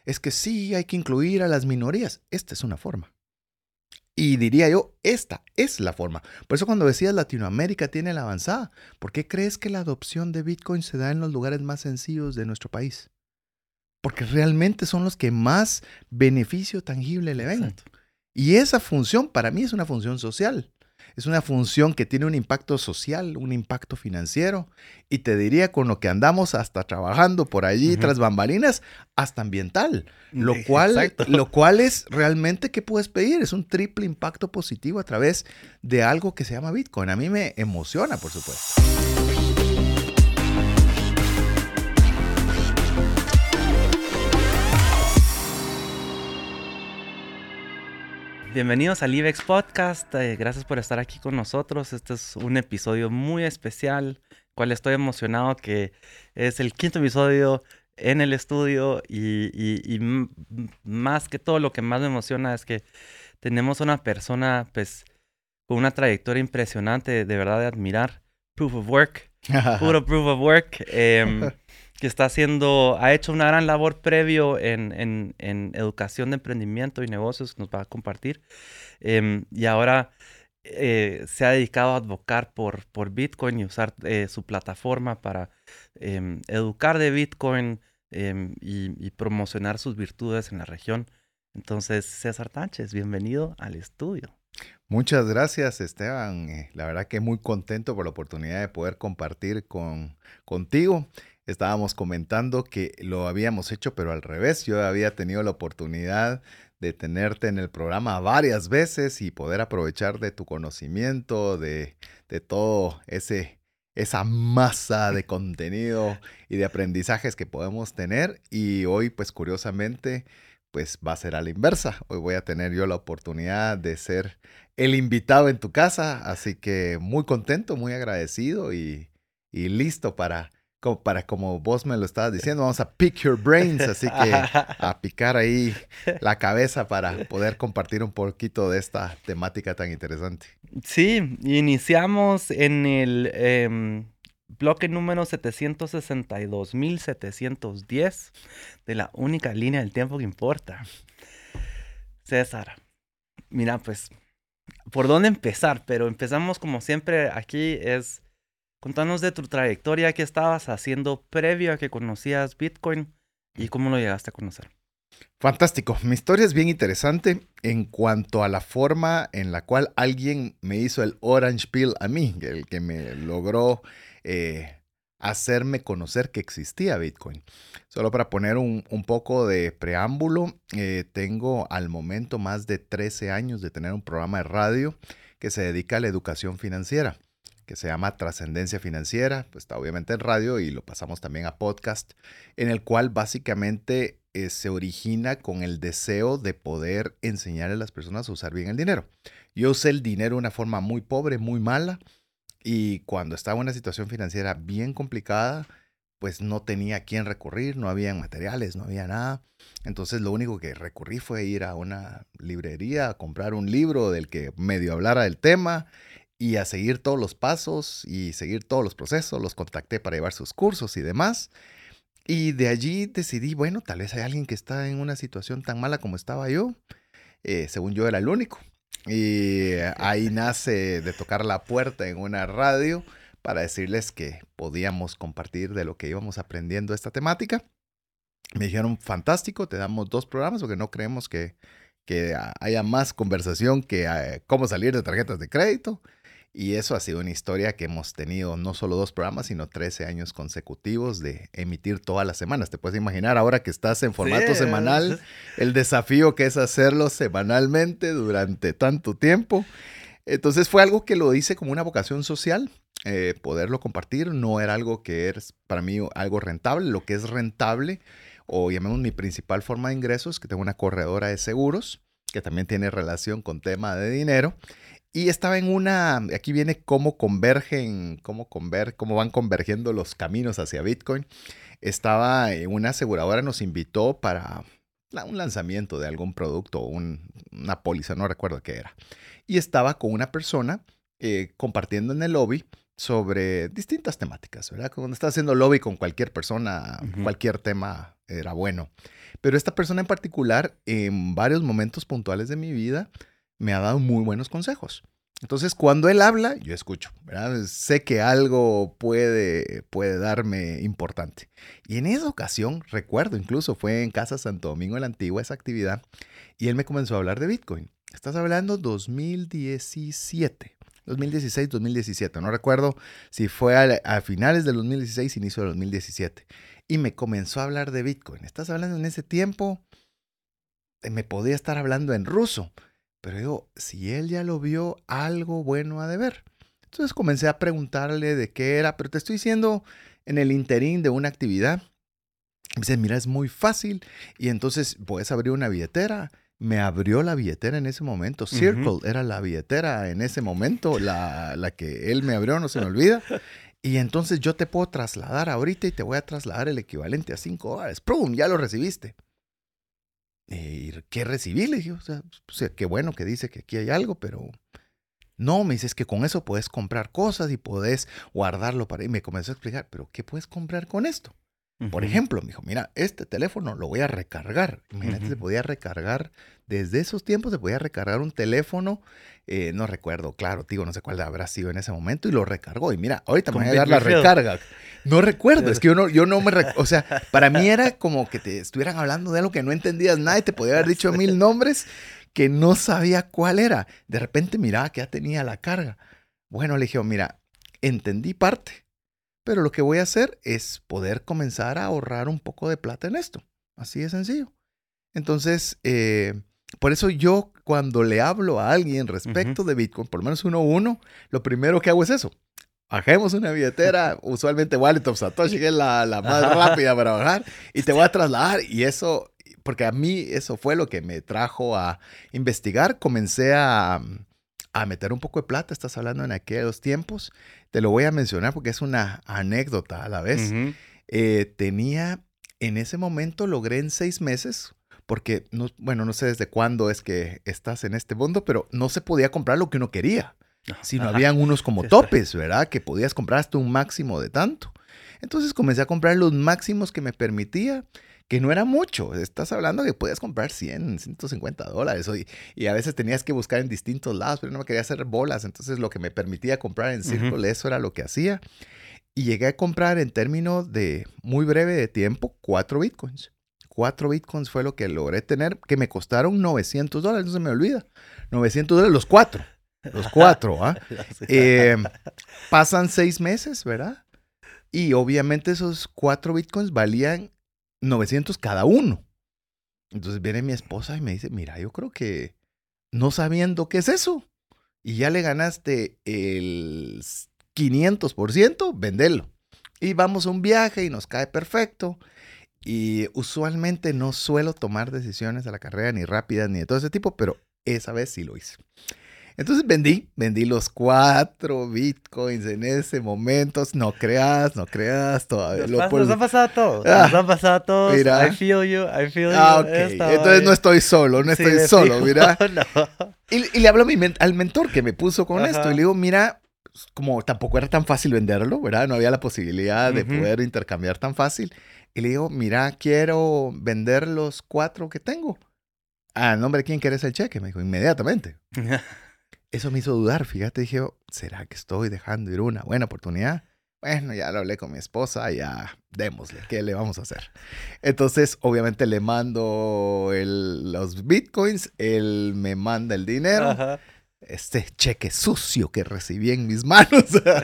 es que sí, hay que incluir a las minorías. Esta es una forma. Y diría yo, esta es la forma. Por eso cuando decías Latinoamérica tiene la avanzada, ¿por qué crees que la adopción de Bitcoin se da en los lugares más sencillos de nuestro país? Porque realmente son los que más beneficio tangible le ven. Exacto. Y esa función para mí es una función social. Es una función que tiene un impacto social, un impacto financiero. Y te diría con lo que andamos hasta trabajando por allí Ujú. tras bambalinas, hasta ambiental. Exacto. Lo cual es realmente, ¿qué puedes pedir? Es un triple impacto positivo a través de algo que se llama Bitcoin. A mí me emociona, por supuesto. Bienvenidos al IBEX Podcast. Gracias por estar aquí con nosotros. Este es un episodio muy especial, cual estoy emocionado que es el 5º episodio en el estudio y más que todo lo que más me emociona es que tenemos una persona pues con una trayectoria impresionante, de verdad de admirar. Proof of work, puro proof of work. Que ha hecho una gran labor previo en educación de emprendimiento y negocios que nos va a compartir. Y ahora se ha dedicado a advocar por Bitcoin y usar su plataforma para educar de Bitcoin y promocionar sus virtudes en la región. Entonces, César Tánchez, bienvenido al estudio. Muchas gracias, Esteban. La verdad que muy contento por la oportunidad de poder compartir contigo. Estábamos comentando que lo habíamos hecho, pero al revés. Yo había tenido la oportunidad de tenerte en el programa varias veces y poder aprovechar de tu conocimiento, de todo esa masa de contenido y de aprendizajes que podemos tener. Y hoy, pues curiosamente, pues va a ser a la inversa. Hoy voy a tener yo la oportunidad de ser el invitado en tu casa, así que muy contento, muy agradecido y listo como vos me lo estabas diciendo, vamos a pick your brains, así que a picar ahí la cabeza para poder compartir un poquito de esta temática tan interesante. Sí, iniciamos en el bloque número 762.710 de la única línea del tiempo que importa. César, mira, pues, ¿por dónde empezar? Pero empezamos como siempre aquí es contanos de tu trayectoria, qué estabas haciendo previo a que conocías Bitcoin y cómo lo llegaste a conocer. Fantástico. Mi historia es bien interesante en cuanto a la forma en la cual alguien me hizo el Orange Pill a mí, el que me logró hacerme conocer que existía Bitcoin. Solo para poner un poco de preámbulo, tengo al momento más de 13 años de tener un programa de radio que se dedica a la educación financiera, que se llama Trascendencia Financiera, pues está obviamente en radio y lo pasamos también a podcast, en el cual básicamente se origina con el deseo de poder enseñarle a las personas a usar bien el dinero. Yo usé el dinero de una forma muy pobre, muy mala, y cuando estaba en una situación financiera bien complicada, pues no tenía a quién recurrir, no había materiales, no había nada. Entonces lo único que recurrí fue ir a una librería a comprar un libro del que medio hablara del tema y a seguir todos los pasos y seguir todos los procesos. Los contacté para llevar sus cursos y demás. Y de allí decidí, bueno, tal vez hay alguien que está en una situación tan mala como estaba yo. Según yo era el único. Y ahí nace de tocar la puerta en una radio para decirles que podíamos compartir de lo que íbamos aprendiendo esta temática. Me dijeron, fantástico, te damos 2 programas porque no creemos que haya más conversación que cómo salir de tarjetas de crédito. Y eso ha sido una historia que hemos tenido no solo 2 programas, sino 13 años consecutivos de emitir todas las semanas. Te puedes imaginar ahora que estás en Sí, formato semanal, el desafío que es hacerlo semanalmente durante tanto tiempo. Entonces fue algo que lo hice como una vocación social. Poderlo compartir no era algo que es para mí algo rentable. Lo que es rentable, o llamemos mi principal forma de ingresos, que tengo una corredora de seguros, que también tiene relación con tema de dinero. Y estaba en aquí viene cómo cómo van convergiendo los caminos hacia Bitcoin. Estaba en una aseguradora, nos invitó para un lanzamiento de algún producto, una póliza, no recuerdo qué era. Y estaba con una persona compartiendo en el lobby sobre distintas temáticas, ¿verdad? Cuando estás haciendo lobby con cualquier persona, uh-huh. cualquier tema era bueno. Pero esta persona en particular, en varios momentos puntuales de mi vida, me ha dado muy buenos consejos. Entonces, cuando él habla, yo escucho, ¿verdad? Sé que algo puede darme importante. Y en esa ocasión, recuerdo, incluso fue en Casa Santo Domingo de la Antigua esa actividad, y él me comenzó a hablar de Bitcoin. Estás hablando 2017, 2016, 2017. No recuerdo si fue a finales del 2016, inicio del 2017. Y me comenzó a hablar de Bitcoin. Estás hablando en ese tiempo, me podía estar hablando en ruso. Pero digo, si él ya lo vio, algo bueno ha de ver. Entonces comencé a preguntarle de qué era, pero te estoy diciendo en el interín de una actividad. Me dice, mira, es muy fácil y entonces puedes abrir una billetera. Me abrió la billetera en ese momento. Circle era la billetera en ese momento, la que él me abrió, no se me olvida. Y entonces yo te puedo trasladar ahorita y te voy a trasladar el equivalente a $5. ¡Prum! Ya lo recibiste. ¿Y qué recibí? Le dije, o sea, qué bueno que dice que aquí hay algo, pero no, me dices que con eso puedes comprar cosas y puedes guardarlo para... Y me comenzó a explicar, pero ¿qué puedes comprar con esto? Por ejemplo, me dijo, mira, este teléfono lo voy a recargar. Imagínate, se podía recargar, desde esos tiempos se podía recargar un teléfono, no recuerdo, claro, digo, no sé cuál habrá sido en ese momento, y lo recargó. Y mira, ahorita me va a llegar la recarga. No recuerdo, es que yo no me recuerdo, o sea, para mí era como que te estuvieran hablando de algo que no entendías nada y te podía haber dicho 1000 nombres que no sabía cuál era. De repente miraba que ya tenía la carga. Bueno, le dije, mira, entendí parte. Pero lo que voy a hacer es poder comenzar a ahorrar un poco de plata en esto. Así de sencillo. Entonces, por eso yo cuando le hablo a alguien respecto de Bitcoin, por lo menos uno a uno, lo primero que hago es eso. Bajemos una billetera, usualmente Wallet of Satoshi, que es la más rápida para bajar, y te voy a trasladar. Y eso, porque a mí eso fue lo que me trajo a investigar. Comencé a meter un poco de plata, estás hablando en aquellos tiempos. Te lo voy a mencionar porque es una anécdota a la vez. Tenía, en ese momento logré en 6 meses, porque, no, bueno, no sé desde cuándo es que estás en este mundo, pero no se podía comprar lo que uno quería, sino habían unos como topes, ¿verdad? Que podías comprar hasta un máximo de tanto. Entonces comencé a comprar los máximos que me permitía, que no era mucho. Estás hablando que podías comprar $100, $150. Y a veces tenías que buscar en distintos lados, pero no me quería hacer bolas. Entonces lo que me permitía comprar en Circle, eso era lo que hacía. Y llegué a comprar en términos de muy breve de tiempo 4 bitcoins. 4 bitcoins fue lo que logré tener, que me costaron $900, no se me olvida. $900, los 4. Los 4, ¿ah? Pasan 6 meses, ¿verdad? Y obviamente esos 4 bitcoins valían 900 cada uno. Entonces viene mi esposa y me dice, mira, yo creo que no sabiendo qué es eso. Y ya le ganaste el 500%, vendelo. Y vamos a un viaje y nos cae perfecto. Y usualmente no suelo tomar decisiones a la carrera, ni rápidas, ni de todo ese tipo, pero esa vez sí lo hice. Entonces vendí los 4 bitcoins en ese momento. No creas, todavía. Nos ha pasado a todos. Nos ha pasado a todos. Mira. I feel you. Ok. Entonces no estoy solo, mira. No. Y le hablo al mentor que me puso con esto. Y le digo, mira, como tampoco era tan fácil venderlo, ¿verdad? No había la posibilidad de poder intercambiar tan fácil. Y le digo, mira, quiero vender los 4 que tengo. ¿A nombre de quién quieres el cheque? Me dijo, inmediatamente. Eso me hizo dudar, fíjate, dije, ¿será que estoy dejando ir una buena oportunidad? Bueno, ya lo hablé con mi esposa, ya démosle, ¿qué le vamos a hacer? Entonces, obviamente le mando los bitcoins, él me manda el dinero, este cheque sucio que recibí en mis manos.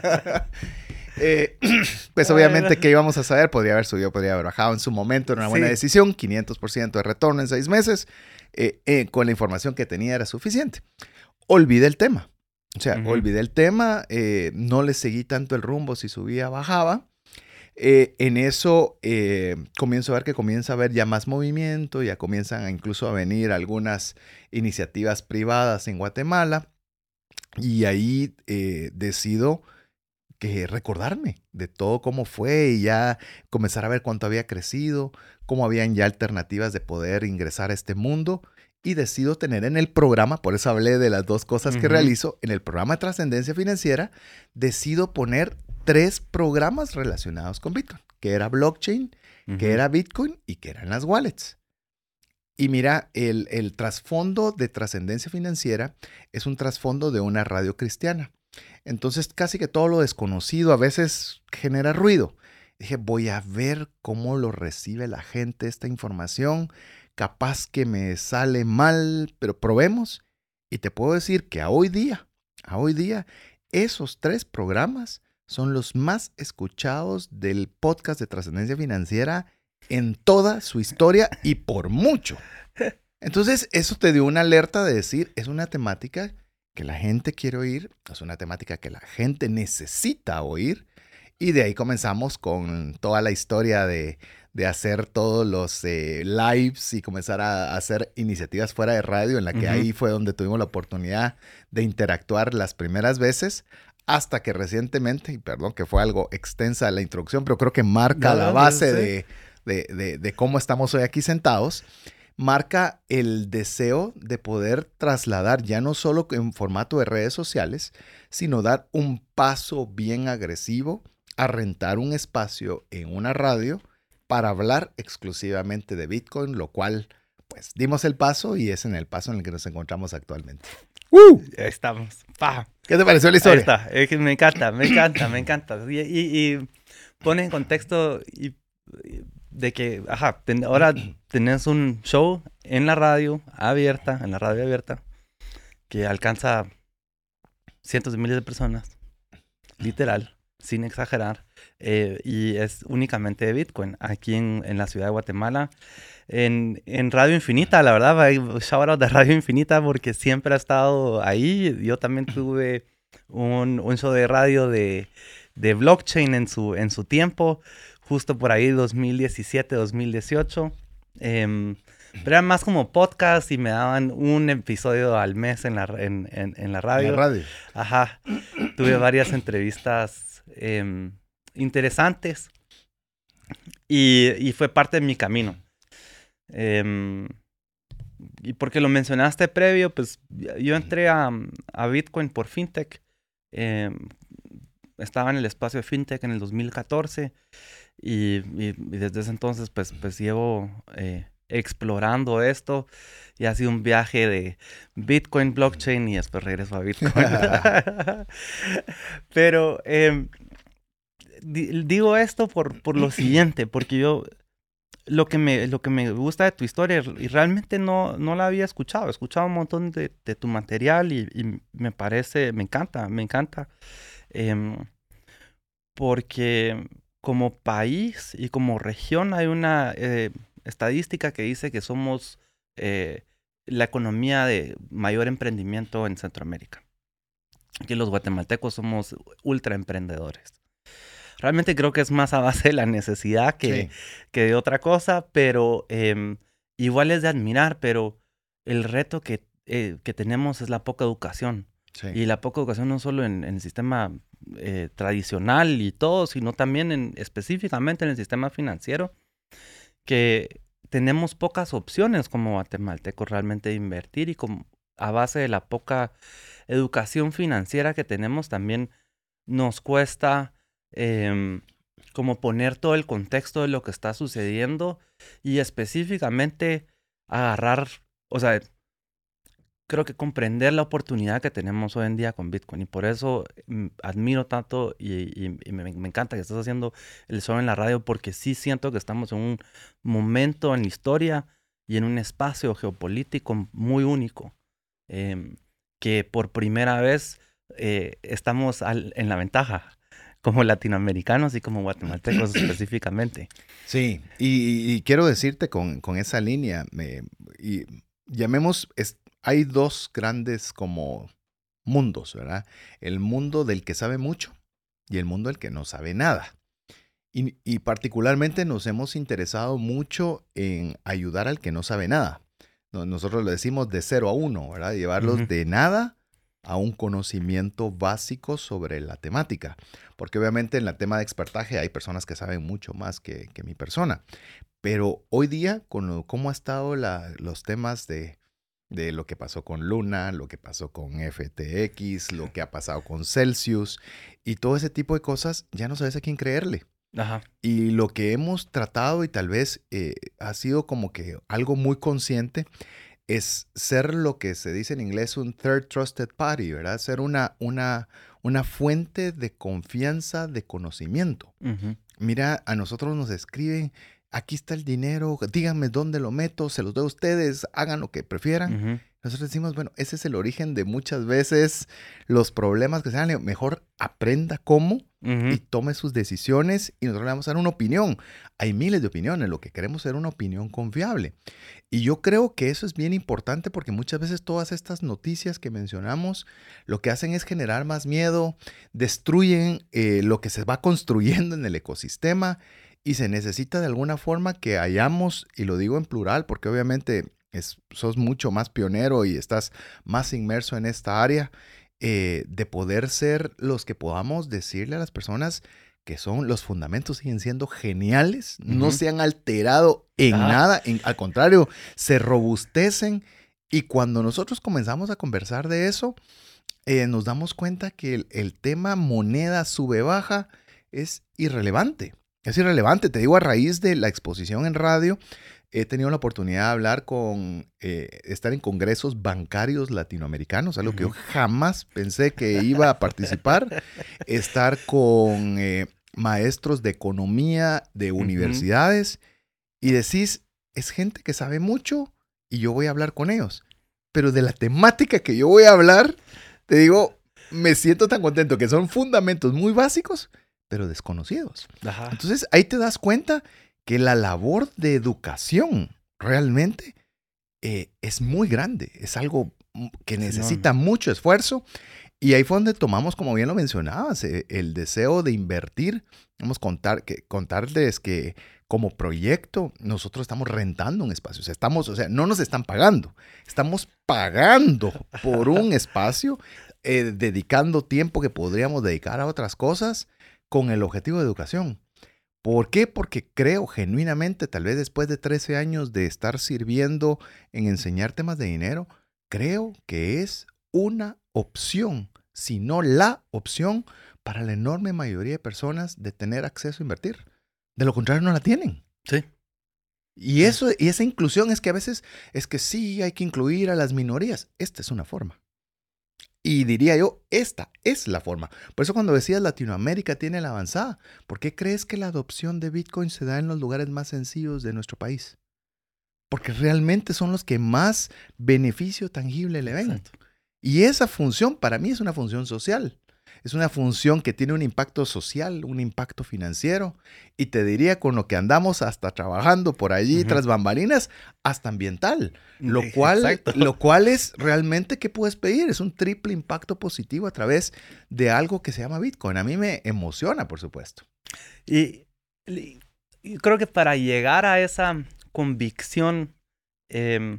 Pues obviamente, ¿qué íbamos a saber? Podría haber subido, podría haber bajado en su momento, era una buena decisión, 500% de retorno en 6 meses, con la información que tenía era suficiente. Olvidé el tema. O sea, olvidé el tema, no le seguí tanto el rumbo si subía o bajaba. En eso comienzo a ver que comienza a haber ya más movimiento, ya comienzan incluso a venir algunas iniciativas privadas en Guatemala y ahí decido recordarme de todo cómo fue y ya comenzar a ver cuánto había crecido, cómo habían ya alternativas de poder ingresar a este mundo. Y decido tener en el programa, por eso hablé de las 2 cosas que realizo, en el programa de trascendencia financiera, decido poner 3 programas relacionados con Bitcoin, que era blockchain, que era Bitcoin y que eran las wallets. Y mira, el trasfondo de Trascendencia Financiera es un trasfondo de una radio cristiana. Entonces, casi que todo lo desconocido a veces genera ruido. Dije, voy a ver cómo lo recibe la gente esta información. Capaz que me sale mal, pero probemos. Y te puedo decir que a hoy día, esos 3 programas son los más escuchados del podcast de Trascendencia Financiera en toda su historia y por mucho. Entonces, eso te dio una alerta de decir, es una temática que la gente quiere oír, es una temática que la gente necesita oír. Y de ahí comenzamos con toda la historia de hacer todos los lives y comenzar a hacer iniciativas fuera de radio, en la que ahí fue donde tuvimos la oportunidad de interactuar las primeras veces, hasta que recientemente, y perdón que fue algo extensa la introducción, pero creo que marca la base de cómo estamos hoy aquí sentados, marca el deseo de poder trasladar ya no solo en formato de redes sociales, sino dar un paso bien agresivo a rentar un espacio en una radio para hablar exclusivamente de Bitcoin, lo cual pues dimos el paso y es en el paso en el que nos encontramos actualmente. Ahí estamos. ¡Pah! ¿Qué te pareció la historia? Ahí está. Es que me encanta, me encanta, me encanta. Y pone en contexto de que, ahora tenés un show en la radio abierta, que alcanza cientos de miles de personas, literal, sin exagerar, y es únicamente de Bitcoin, aquí en la ciudad de Guatemala, en Radio Infinita, la verdad, shout out de Radio Infinita porque siempre ha estado ahí. Yo también tuve un show de radio de blockchain en su tiempo, justo por ahí 2017, 2018. Pero era más como podcast y me daban un episodio al mes en la radio. En la radio. Ajá. Tuve varias entrevistas interesantes y fue parte de mi camino. Y porque lo mencionaste previo, pues yo entré a Bitcoin por FinTech. Estaba en el espacio de FinTech en el 2014 y desde ese entonces pues llevo explorando esto y ha sido un viaje de Bitcoin, blockchain y después regreso a Bitcoin. Pero digo esto por lo siguiente, porque yo lo que me gusta de tu historia y realmente no la había escuchado. He escuchado un montón de tu material y me encanta. Porque como país y como región hay una estadística que dice que somos la economía de mayor emprendimiento en Centroamérica. Que los guatemaltecos somos ultra emprendedores. Realmente creo que es más a base de la necesidad que de otra cosa, pero igual es de admirar, pero el reto que tenemos es la poca educación. Sí. Y la poca educación no solo en el sistema tradicional y todo, sino también específicamente en el sistema financiero, que tenemos pocas opciones como guatemaltecos realmente de invertir y a base de la poca educación financiera que tenemos también nos cuesta como poner todo el contexto de lo que está sucediendo y específicamente agarrar, o sea, creo que comprender la oportunidad que tenemos hoy en día con Bitcoin. Y por eso admiro tanto y me encanta que estés haciendo el show en la radio, porque sí siento que estamos en un momento en la historia y en un espacio geopolítico muy único, que por primera vez estamos en la ventaja, como latinoamericanos y como guatemaltecos específicamente. Sí, y quiero decirte con esa línea, hay 2 grandes como mundos, ¿verdad? El mundo del que sabe mucho y el mundo del que no sabe nada. Y particularmente nos hemos interesado mucho en ayudar al que no sabe nada. Nosotros le decimos de 0 a 1, ¿verdad? Llevarlos de nada a un conocimiento básico sobre la temática. Porque obviamente en el tema de expertaje hay personas que saben mucho más que mi persona. Pero hoy día, con cómo han estado los temas de lo que pasó con Luna, lo que pasó con FTX, lo que ha pasado con Celsius y todo ese tipo de cosas, ya no sabes a quién creerle. Ajá. Y lo que hemos tratado y tal vez ha sido como que algo muy consciente es ser lo que se dice en inglés un third trusted party, ¿verdad? Ser una fuente de confianza, de conocimiento. Ujú, Mira, a nosotros nos escriben, aquí está el dinero, díganme dónde lo meto, se los doy a ustedes, hagan lo que prefieran. ujú, Nosotros decimos, bueno, ese es el origen de muchas veces los problemas que se dan. Mejor aprenda cómo y ujú. tome sus decisiones y nosotros le vamos a dar una opinión. Hay miles de opiniones, lo que queremos es una opinión confiable. Y yo creo que eso es bien importante porque muchas veces todas estas noticias que mencionamos lo que hacen es generar más miedo, destruyen lo que se va construyendo en el ecosistema y se necesita de alguna forma que hayamos, y lo digo en plural porque obviamente sos mucho más pionero y estás más inmerso en esta área, de poder ser los que podamos decirle a las personas que son los fundamentos siguen siendo geniales, no Ujú. se han alterado en Ajá. nada, al contrario, se robustecen y cuando nosotros comenzamos a conversar de eso, nos damos cuenta que el tema moneda sube-baja es irrelevante. Es irrelevante, te digo, a raíz de la exposición en radio, he tenido la oportunidad de hablar estar en congresos bancarios latinoamericanos, algo que yo Ujú. jamás pensé que iba a participar, estar con maestros de economía de Ujú. universidades y decís, es gente que sabe mucho y yo voy a hablar con ellos. Pero de la temática que yo voy a hablar, te digo, me siento tan contento que son fundamentos muy básicos, pero desconocidos. Ajá. Entonces ahí te das cuenta que la labor de educación realmente es muy grande, es algo que Es enorme. necesita mucho esfuerzo y ahí fue donde tomamos, como bien lo mencionabas, el deseo de invertir. Vamos a contarles que como proyecto nosotros estamos rentando un espacio. O sea, no nos están pagando. Estamos pagando por un espacio, dedicando tiempo que podríamos dedicar a otras cosas con el objetivo de educación. ¿Por qué? Porque creo genuinamente, tal vez después de 13 años de estar sirviendo en enseñar temas de dinero, creo que es una opción, si no la opción, para la enorme mayoría de personas de tener acceso a invertir. De lo contrario, no la tienen. Sí, Y sí. eso, y esa inclusión es que a veces es que sí hay que incluir a las minorías. Esta es una forma. Y diría yo, esta es la forma. Por eso cuando decías Latinoamérica tiene la avanzada, ¿por qué crees que la adopción de Bitcoin se da en los lugares más sencillos de nuestro país? Porque realmente son los que más beneficio tangible le ven. Exacto. Y esa función para mí es una función social. Es una función que tiene un impacto social, un impacto financiero. Y te diría con lo que andamos hasta trabajando por allí Ujú. tras bambalinas, hasta ambiental. Lo cual, Exacto. lo cual es realmente, ¿qué puedes pedir? Es un triple impacto positivo a través de algo que se llama Bitcoin. A mí me emociona, por supuesto. Y, y- y creo que para llegar a esa convicción, em,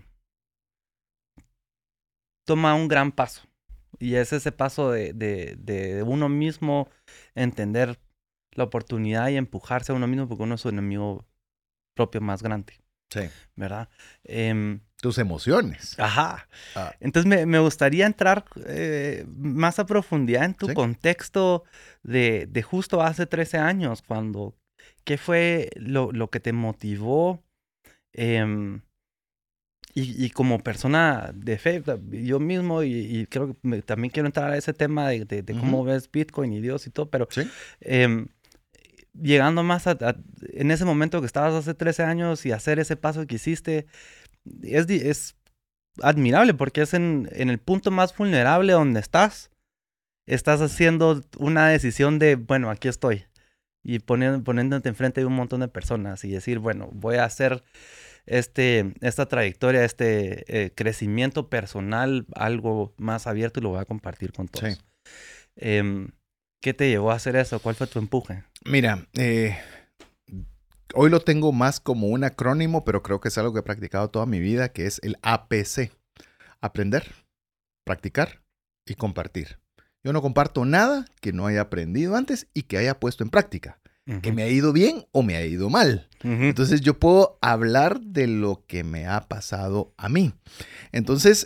toma un gran paso. Y es ese paso de uno mismo entender la oportunidad y empujarse a uno mismo porque uno es su enemigo propio más grande, Sí. ¿verdad? Em, Tus emociones. ajá. Ah, Entonces me gustaría entrar más a profundidad en tu sí. contexto de justo hace 13 años, cuando, ¿qué fue lo que te motivó? Em, y como persona de fe, yo mismo, y creo que también quiero entrar a ese tema de Ujú. cómo ves Bitcoin y Dios y todo, pero Sí. em, llegando más en ese momento que estabas hace 13 años y hacer ese paso que hiciste, es admirable porque es en el punto más vulnerable donde estás haciendo una decisión de, bueno, aquí estoy, y poniéndote enfrente de un montón de personas y decir, bueno, voy a hacer esta trayectoria, crecimiento personal, algo más abierto y lo voy a compartir con Sí. todos. Em, ¿Qué te llevó a hacer eso? ¿Cuál fue tu empuje? Mira, hoy lo tengo más como un acrónimo, pero creo que es algo que he practicado toda mi vida, que es el APC. Aprender, practicar y compartir. Yo no comparto nada que no haya aprendido antes y que haya puesto en práctica. Que Ujú, me ha ido bien o me ha ido mal. ujú, Entonces yo puedo hablar de lo que me ha pasado a mí. Entonces,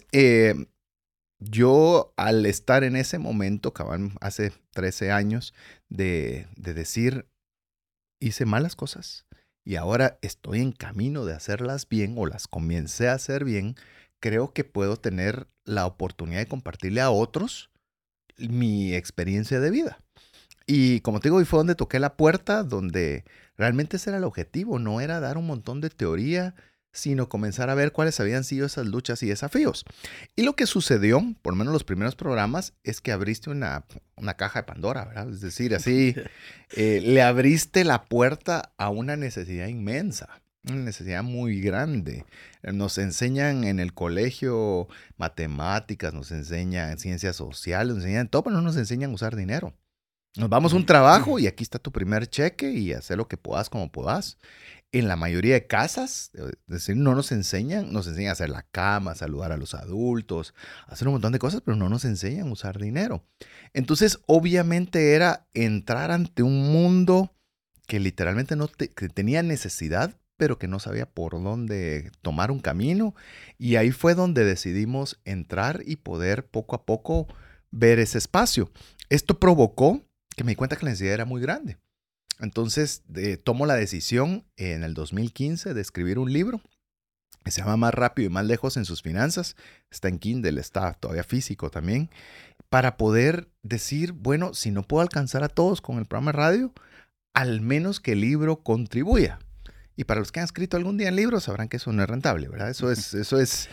yo al estar en ese momento, cabal, hace 13 años, de decir, hice malas cosas y ahora estoy en camino de hacerlas bien o las comencé a hacer bien, creo que puedo tener la oportunidad de compartirle a otros mi experiencia de vida. Y como te digo, y fue donde toqué la puerta, donde realmente ese era el objetivo, no era dar un montón de teoría, sino comenzar a ver cuáles habían sido esas luchas y desafíos. Y lo que sucedió, por lo menos los primeros programas, es que abriste una caja de Pandora, ¿verdad? Es decir, así le abriste la puerta a una necesidad inmensa. Una necesidad muy grande. Nos enseñan en el colegio matemáticas, nos enseñan ciencias sociales, nos enseñan todo, pero no nos enseñan a usar dinero. Nos vamos a un trabajo y aquí está tu primer cheque y hacer lo que puedas como puedas. En la mayoría de casas, es decir, no nos enseñan a hacer la cama, saludar a los adultos, hacer un montón de cosas, pero no nos enseñan a usar dinero. Entonces, obviamente era entrar ante un mundo que literalmente que tenía necesidad, pero que no sabía por dónde tomar un camino. Y ahí fue donde decidimos entrar y poder poco a poco ver ese espacio. Esto provocó que me di cuenta que la necesidad era muy grande. Entonces tomo la decisión en el 2015 de escribir un libro que se llama Más rápido y más lejos en sus finanzas. Está en Kindle, está todavía físico también, para poder decir, bueno, si no puedo alcanzar a todos con el programa de radio, al menos que el libro contribuya. Y para los que han escrito algún día en libros sabrán que eso no es rentable, ¿verdad? Eso es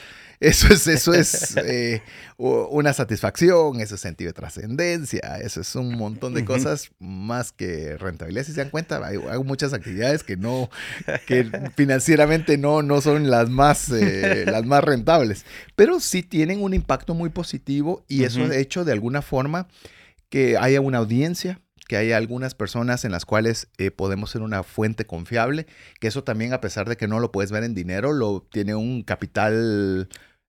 una satisfacción, eso es sentido de trascendencia, eso es un montón de cosas más que rentabilidad. Si se dan cuenta, hago muchas actividades que financieramente no son las más rentables, pero sí tienen un impacto muy positivo y eso ha hecho de alguna forma que haya una audiencia, que hay algunas personas en las cuales podemos ser una fuente confiable, que eso también, a pesar de que no lo puedes ver en dinero, tiene un capital,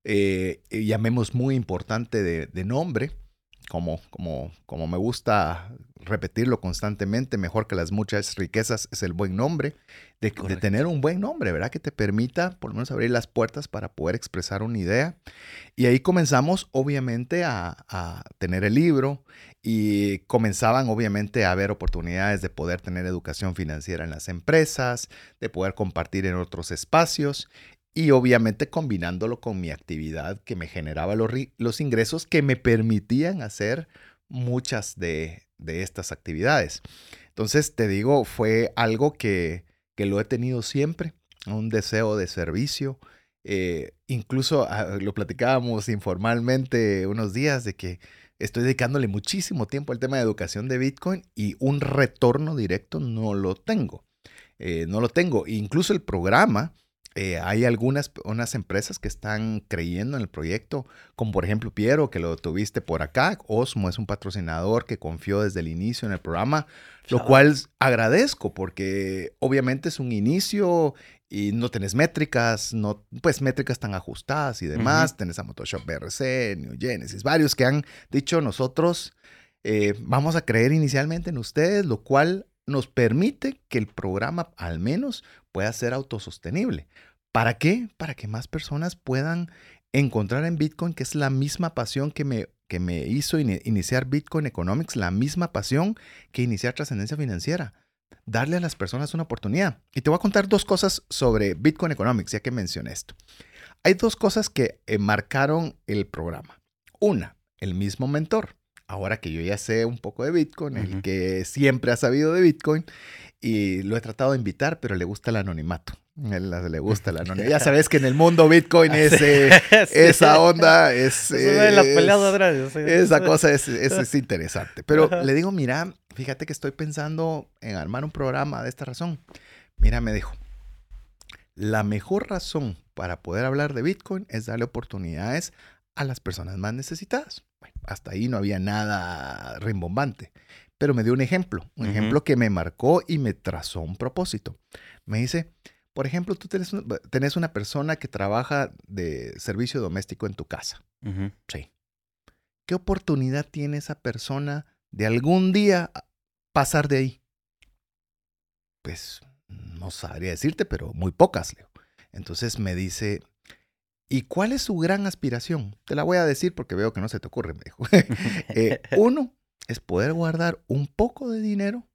llamemos muy importante de nombre, como me gusta repetirlo constantemente, mejor que las muchas riquezas es el buen nombre, de tener un buen nombre, ¿verdad? Que te permita por lo menos abrir las puertas para poder expresar una idea. Y ahí comenzamos, obviamente, a tener el libro y comenzaban, obviamente, a haber oportunidades de poder tener educación financiera en las empresas, de poder compartir en otros espacios y, obviamente, combinándolo con mi actividad que me generaba los ingresos que me permitían hacer muchas de estas actividades. Entonces, te digo, fue algo que lo he tenido siempre, un deseo de servicio. Incluso lo platicábamos informalmente unos días de que estoy dedicándole muchísimo tiempo al tema de educación de Bitcoin y un retorno directo no lo tengo. No lo tengo. Incluso el programa, hay unas empresas que están creyendo en el proyecto, como por ejemplo Piero, que lo tuviste por acá. Osmo es un patrocinador que confió desde el inicio en el programa, lo cual agradezco porque obviamente es un inicio y no tenés métricas, métricas tan ajustadas y demás. Tenés a Motoshop BRC, New Genesis, varios que han dicho nosotros vamos a creer inicialmente en ustedes, lo cual nos permite que el programa al menos pueda ser autosostenible. ¿Para qué? Para que más personas puedan encontrar en Bitcoin, que es la misma pasión que me hizo iniciar Bitcoin Economics, la misma pasión que iniciar Trascendencia Financiera. Darle a las personas una oportunidad. Y te voy a contar dos cosas sobre Bitcoin Economics, ya que mencioné esto. Hay dos cosas que marcaron el programa. Una, el mismo mentor. Ahora que yo ya sé un poco de Bitcoin, el que siempre ha sabido de Bitcoin, y lo he tratado de invitar, pero le gusta el anonimato. Le gusta el anonimato. Ya sabes que en el mundo Bitcoin esa onda es... esa cosa es interesante. Pero le digo, mira, fíjate que estoy pensando en armar un programa de esta razón. Mira, me dijo, la mejor razón para poder hablar de Bitcoin es darle oportunidades a las personas más necesitadas. Bueno, hasta ahí no había nada rimbombante, pero me dio un ejemplo que me marcó y me trazó un propósito. Me dice, por ejemplo, tú tenés una persona que trabaja de servicio doméstico en tu casa. Sí. ¿Qué oportunidad tiene esa persona de algún día pasar de ahí? Pues no sabría decirte, pero muy pocas, Leo. Entonces me dice, ¿y cuál es su gran aspiración? Te la voy a decir porque veo que no se te ocurre, me dijo. Uno es poder guardar un poco de dinero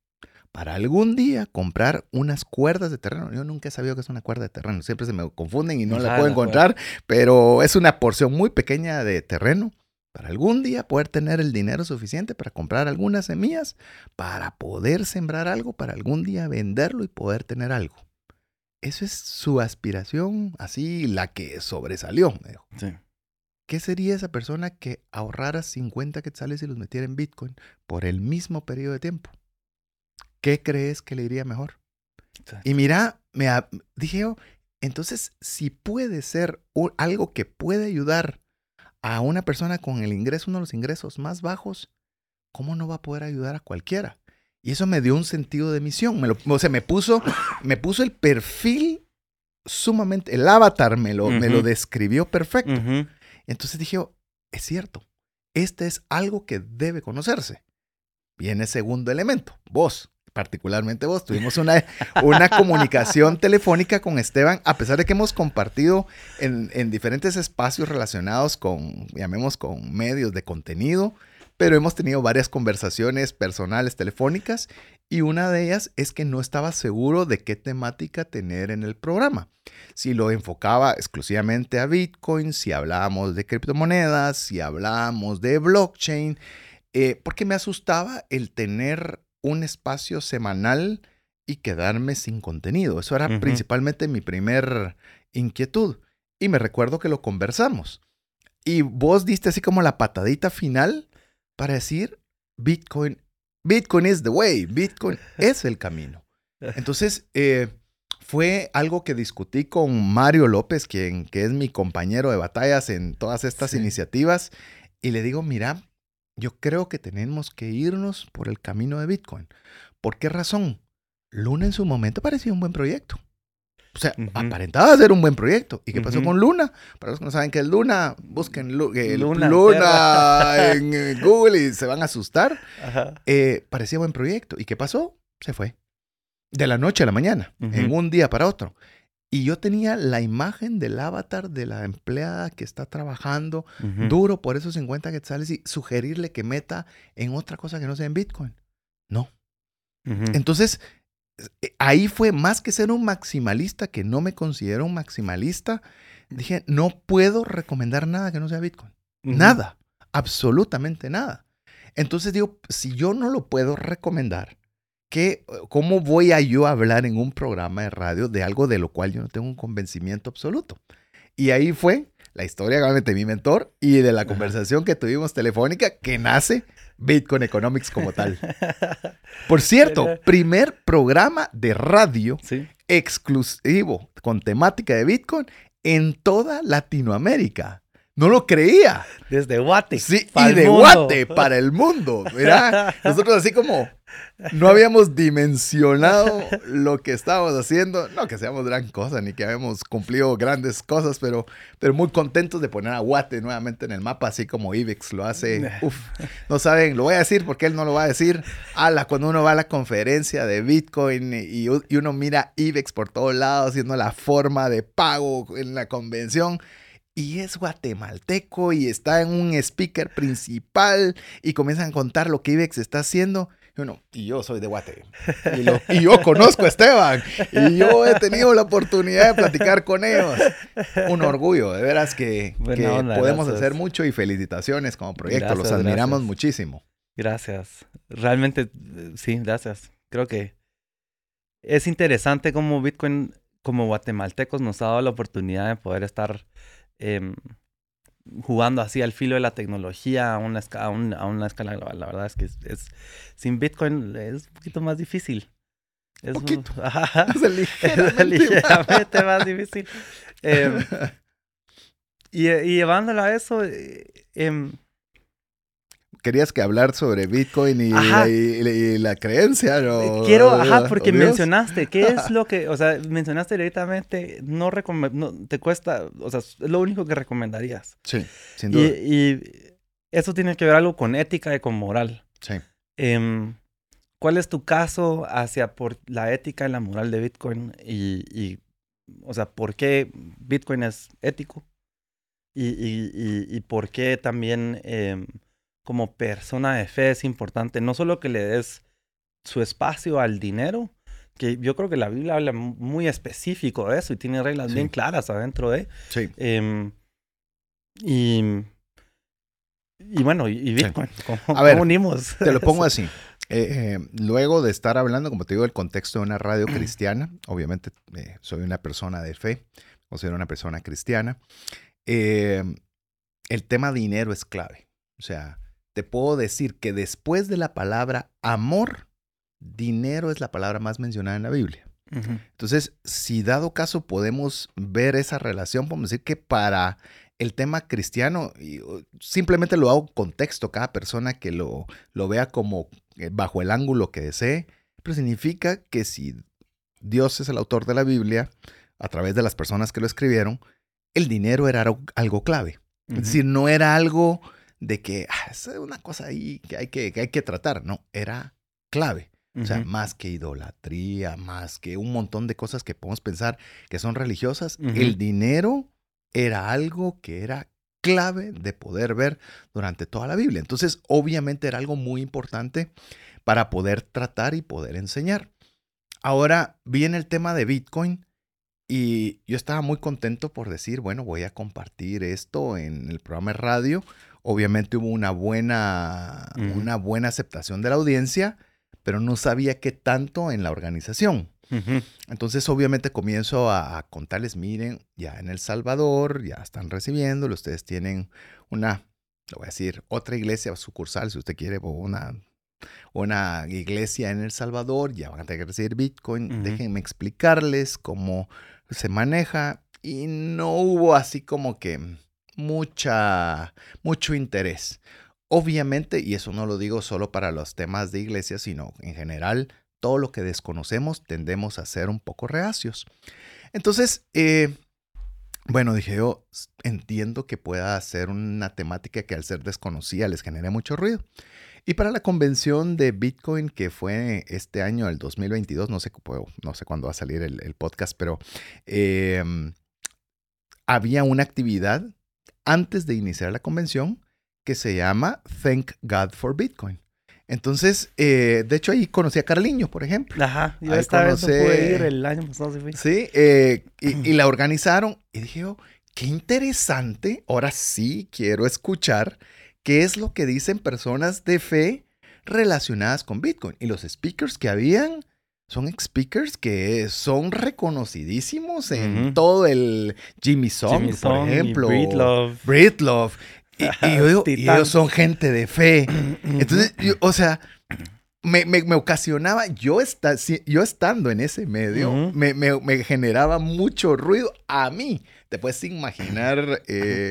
para algún día comprar unas cuerdas de terreno. Yo nunca he sabido qué es una cuerda de terreno. Siempre se me confunden y no la puedo encontrar, pero es una porción muy pequeña de terreno para algún día poder tener el dinero suficiente para comprar algunas semillas, para poder sembrar algo, para algún día venderlo y poder tener algo. Eso es su aspiración, así la que sobresalió, me dijo. Sí. ¿Qué sería esa persona que ahorrara 50 quetzales y los metiera en Bitcoin por el mismo periodo de tiempo? ¿Qué crees que le iría mejor? Exacto. Y mira, dije yo, entonces si puede ser algo que puede ayudar a una persona con el ingreso, uno de los ingresos más bajos, ¿cómo no va a poder ayudar a cualquiera? Y eso me dio un sentido de misión. Me puso el perfil sumamente, el avatar me lo describió perfecto. Entonces dije, es cierto, este es algo que debe conocerse. Viene segundo elemento, vos, particularmente vos. Tuvimos una comunicación telefónica con Esteban, a pesar de que hemos compartido en diferentes espacios relacionados con, llamemos, con medios de contenido, pero hemos tenido varias conversaciones personales telefónicas y una de ellas es que no estaba seguro de qué temática tener en el programa. Si lo enfocaba exclusivamente a Bitcoin, si hablábamos de criptomonedas, si hablábamos de blockchain, porque me asustaba el tener un espacio semanal y quedarme sin contenido. Eso era principalmente mi primer inquietud. Y me recuerdo que lo conversamos. Y vos diste así como la patadita final para decir, Bitcoin is the way. Bitcoin es el camino. Entonces, fue algo que discutí con Mario López, que es mi compañero de batallas en todas estas iniciativas. Y le digo, mira, yo creo que tenemos que irnos por el camino de Bitcoin. ¿Por qué razón? Luna en su momento parecía un buen proyecto. O sea, aparentaba ser un buen proyecto. ¿Y qué pasó con Luna? Para los que no saben qué es Luna, busquen Luna en Google y se van a asustar. Parecía buen proyecto. ¿Y qué pasó? Se fue. De la noche a la mañana, en un día para otro. Y yo tenía la imagen del avatar de la empleada que está trabajando duro por esos 50 quetzales y sugerirle que meta en otra cosa que no sea en Bitcoin. No. Entonces, ahí fue más que ser un maximalista, que no me considero un maximalista. Dije, no puedo recomendar nada que no sea Bitcoin. Nada. Absolutamente nada. Entonces digo, si yo no lo puedo recomendar, ¿cómo voy a yo hablar en un programa de radio de algo de lo cual yo no tengo un convencimiento absoluto? Y ahí fue la historia de mi mentor y de la conversación que tuvimos telefónica que nace Bitcoin Economics como tal. Por cierto, primer programa de radio exclusivo con temática de Bitcoin en toda Latinoamérica. No lo creía. Desde Guate. Sí, y de Guate para el mundo. Mira, nosotros así como no habíamos dimensionado lo que estábamos haciendo. No que seamos gran cosa, ni que habíamos cumplido grandes cosas, pero muy contentos de poner a Guate nuevamente en el mapa, así como Ibex lo hace. Uf, no saben, lo voy a decir porque él no lo va a decir. Cuando uno va a la conferencia de Bitcoin y uno mira Ibex por todos lados, haciendo la forma de pago en la convención. Y es guatemalteco y está en un speaker principal y comienzan a contar lo que Ibex está haciendo. Y yo soy de Guate. Y yo conozco a Esteban. Y yo he tenido la oportunidad de platicar con ellos. Un orgullo, de veras que podemos hacer mucho y felicitaciones como proyecto. Los admiramos muchísimo. Gracias. Realmente, sí, gracias. Creo que es interesante cómo Bitcoin, como guatemaltecos, nos ha dado la oportunidad de poder estar jugando así al filo de la tecnología a una escala global. La verdad es que sin Bitcoin es un poquito más difícil. Es ligeramente más difícil. Y llevándolo a eso... Querías que hablar sobre Bitcoin y la creencia, ¿no? Porque mencionaste, ¿qué es lo que, o sea, mencionaste directamente, no te cuesta, o sea, es lo único que recomendarías? Sí, sin duda. Y eso tiene que ver algo con ética y con moral. Sí. ¿Cuál es tu caso por la ética y la moral de Bitcoin? O sea, ¿por qué Bitcoin es ético? Y por qué también... como persona de fe es importante, no solo que le des su espacio al dinero, que yo creo que la Biblia habla muy específico de eso y tiene reglas bien Sí, claras adentro de. sí, em, y, y bueno, y sí. Bitcoin, A ¿cómo ver, unimos te lo pongo eso? así. Luego de estar hablando, como te digo, del contexto de una radio cristiana, obviamente soy una persona de fe, considero una persona cristiana. eh, el tema dinero es clave. O sea, te puedo decir que después de la palabra amor, dinero es la palabra más mencionada en la Biblia. Ujú, Entonces, si dado caso podemos ver esa relación, podemos decir que para el tema cristiano, simplemente lo hago contexto, cada persona que lo vea como bajo el ángulo que desee, pero significa que si Dios es el autor de la Biblia, a través de las personas que lo escribieron, el dinero era algo clave. Es ujú, decir, no era algo de que es una cosa ahí que hay que tratar, no, era clave. O sea, ujú, más que idolatría, más que un montón de cosas que podemos pensar que son religiosas, ujú, el dinero era algo que era clave de poder ver durante toda la Biblia. Entonces, obviamente era algo muy importante para poder tratar y poder enseñar. Ahora viene el tema de Bitcoin y yo estaba muy contento por decir, bueno, voy a compartir esto en el programa de radio. Obviamente hubo ujú, una buena aceptación de la audiencia, pero no sabía qué tanto en la organización. ujú. Entonces, obviamente comienzo a contarles, miren, ya en El Salvador, ya están recibiéndolo, ustedes tienen una, lo voy a decir, otra iglesia sucursal, si usted quiere, o una iglesia en El Salvador, ya van a tener que recibir Bitcoin. Ujú, Déjenme explicarles cómo se maneja. Y no hubo así como que mucho interés. Obviamente, y eso no lo digo solo para los temas de iglesia, sino en general, todo lo que desconocemos tendemos a ser un poco reacios. Entonces, bueno, dije yo, entiendo que pueda ser una temática que al ser desconocida les genere mucho ruido. Y para la convención de Bitcoin que fue este año, el 2022, no sé cuándo va a salir el podcast, pero eh, había una actividad antes de iniciar la convención que se llama Thank God for Bitcoin. Entonces, de hecho ahí conocí a Carliño, por ejemplo. ajá, yo Ahí esta vez no pude ir, conocí, el año pasado sí fui. sí, y la organizaron y dije yo, qué interesante, ahora sí quiero escuchar qué es lo que dicen personas de fe relacionadas con Bitcoin. Y los speakers que habían son speakers que son reconocidísimos en Ujú. todo el Jimmy Song, Jimmy por Song y ejemplo, Breedlove. Breedlove. Y yo digo, y ellos Titán. son gente de fe. Ujú, Entonces, o sea, me ocasionaba, yo estando en ese medio, ujú. me generaba mucho ruido a mí. Te puedes imaginar,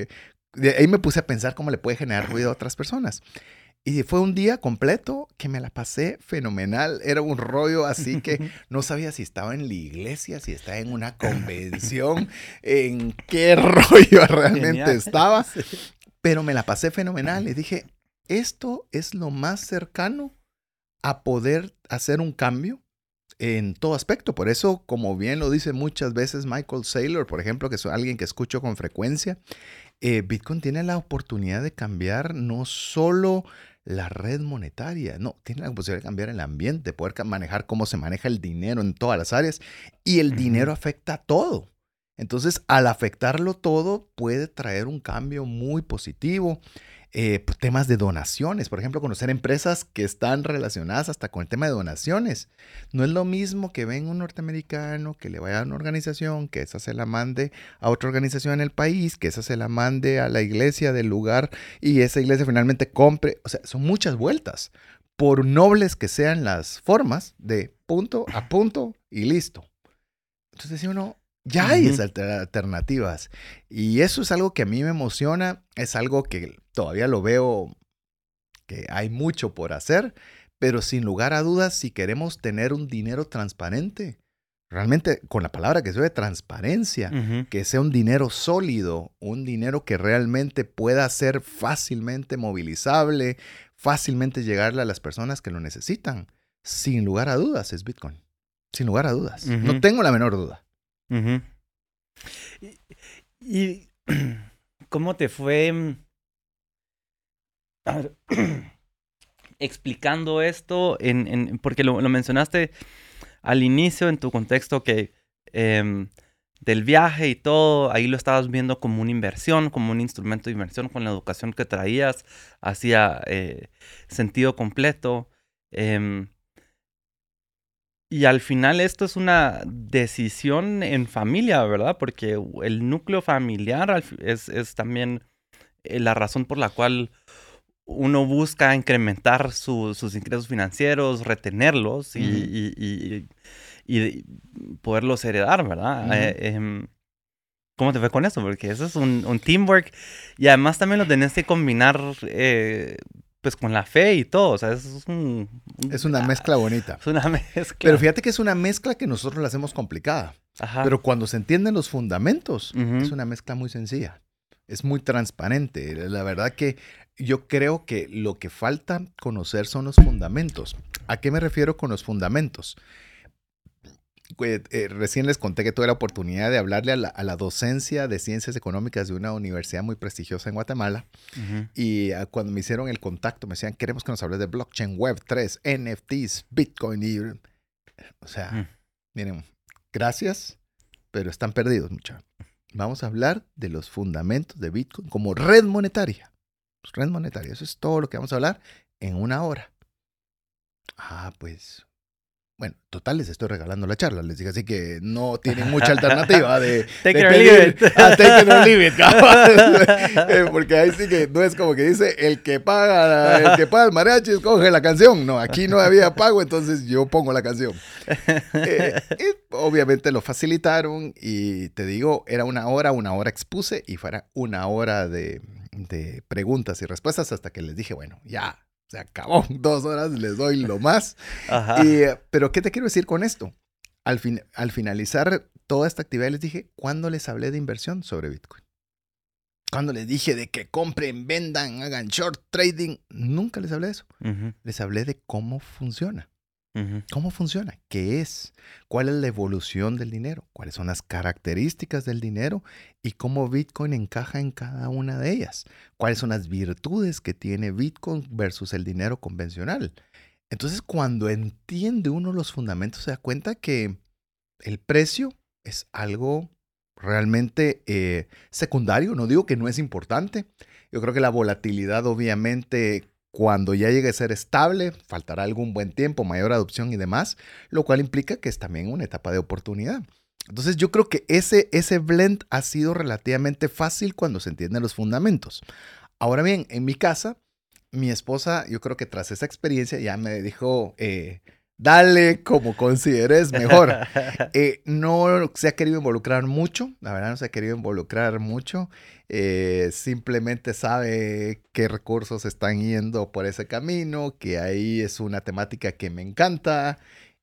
de ahí me puse a pensar cómo le puede generar ruido a otras personas. Y fue un día completo que me la pasé fenomenal. Era un rollo así que no sabía si estaba en la iglesia, si estaba en una convención, en qué rollo realmente Genial. estaba, Sí. pero me la pasé fenomenal. Y dije, esto es lo más cercano a poder hacer un cambio en todo aspecto. Por eso, como bien lo dice muchas veces Michael Saylor, por ejemplo, que es alguien que escucho con frecuencia, Bitcoin tiene la oportunidad de cambiar no solo la red monetaria, no, tiene la posibilidad de cambiar el ambiente, poder manejar cómo se maneja el dinero en todas las áreas y el Ujú, dinero afecta a todo. Entonces, al afectarlo todo, puede traer un cambio muy positivo. Temas de donaciones, por ejemplo, conocer empresas que están relacionadas hasta con el tema de donaciones. No es lo mismo que venga un norteamericano que le vaya a una organización, que esa se la mande a otra organización en el país, que esa se la mande a la iglesia del lugar y esa iglesia finalmente compre. O sea, son muchas vueltas, por nobles que sean las formas de punto a punto y listo. Entonces, si uno, ya hay ujú, esas alternativas. Y eso es algo que a mí me emociona, es algo que todavía lo veo que hay mucho por hacer, pero sin lugar a dudas, si queremos tener un dinero transparente, realmente con la palabra que se ve, transparencia, ujú, que sea un dinero sólido, un dinero que realmente pueda ser fácilmente movilizable, fácilmente llegarle a las personas que lo necesitan, sin lugar a dudas es Bitcoin. Sin lugar a dudas. No ujú, tengo la menor duda. ujú. ¿Y cómo te fue? A ver, explicando esto, porque lo mencionaste al inicio en tu contexto que del viaje y todo, ahí lo estabas viendo como una inversión, como un instrumento de inversión con la educación que traías, hacía sentido completo. Y al final esto es una decisión en familia, ¿verdad? Porque el núcleo familiar es también la razón por la cual uno busca incrementar sus ingresos financieros, retenerlos y poderlos heredar, ¿verdad? ¿Cómo te fue con eso? Porque eso es un teamwork y además también lo tenés que combinar pues con la fe y todo. O sea, es Es una mezcla bonita. Es una mezcla. Pero fíjate que es una mezcla que nosotros la hacemos complicada. Ajá. Pero cuando se entienden los fundamentos, Ujú. es una mezcla muy sencilla. Es muy transparente. La verdad que yo creo que lo que falta conocer son los fundamentos. ¿A qué me refiero con los fundamentos? Recién les conté que tuve la oportunidad de hablarle a la docencia de ciencias económicas de una universidad muy prestigiosa en Guatemala. Ujú. Y cuando me hicieron el contacto, me decían, queremos que nos hables de blockchain, Web3, NFTs, Bitcoin. Y, o sea, miren, gracias, pero están perdidos, muchachos. Vamos a hablar de los fundamentos de Bitcoin como red monetaria. Red monetaria, eso es todo lo que vamos a hablar en una hora. Ah, pues... Bueno, total, les estoy regalando la charla. Les dije así que no tienen mucha alternativa de Take it or pedir leave it. take it or leave it, cabal. Porque ahí sí que no es como que dice el que paga el mariachi escoge la canción. No, aquí no había pago, entonces yo pongo la canción. Y obviamente lo facilitaron y te digo, era una hora expuse y fuera una hora de preguntas y respuestas hasta que les dije, bueno, ya. Se acabó, 2 horas, les doy lo más. Ajá. Pero, ¿qué te quiero decir con esto? Al finalizar toda esta actividad, les dije, ¿cuándo les hablé de inversión sobre Bitcoin? ¿Cuándo les dije de que compren, vendan, hagan short trading? Nunca les hablé de eso. Ujú. Les hablé de cómo funciona. Ujú. ¿Cómo funciona? ¿Qué es? ¿Cuál es la evolución del dinero? ¿Cuáles son las características del dinero? ¿Y cómo Bitcoin encaja en cada una de ellas? ¿Cuáles son las virtudes que tiene Bitcoin versus el dinero convencional? Entonces, cuando entiende uno los fundamentos, se da cuenta que el precio es algo realmente secundario. No digo que no es importante. Yo creo que la volatilidad, obviamente, cuando ya llegue a ser estable, faltará algún buen tiempo, mayor adopción y demás, lo cual implica que es también una etapa de oportunidad. Entonces yo creo que ese blend ha sido relativamente fácil cuando se entienden los fundamentos. Ahora bien, en mi casa, mi esposa, yo creo que tras esa experiencia ya me dijo, dale como consideres mejor. No se ha querido involucrar mucho, la verdad no se ha querido involucrar mucho. Simplemente sabe qué recursos están yendo por ese camino, que ahí es una temática que me encanta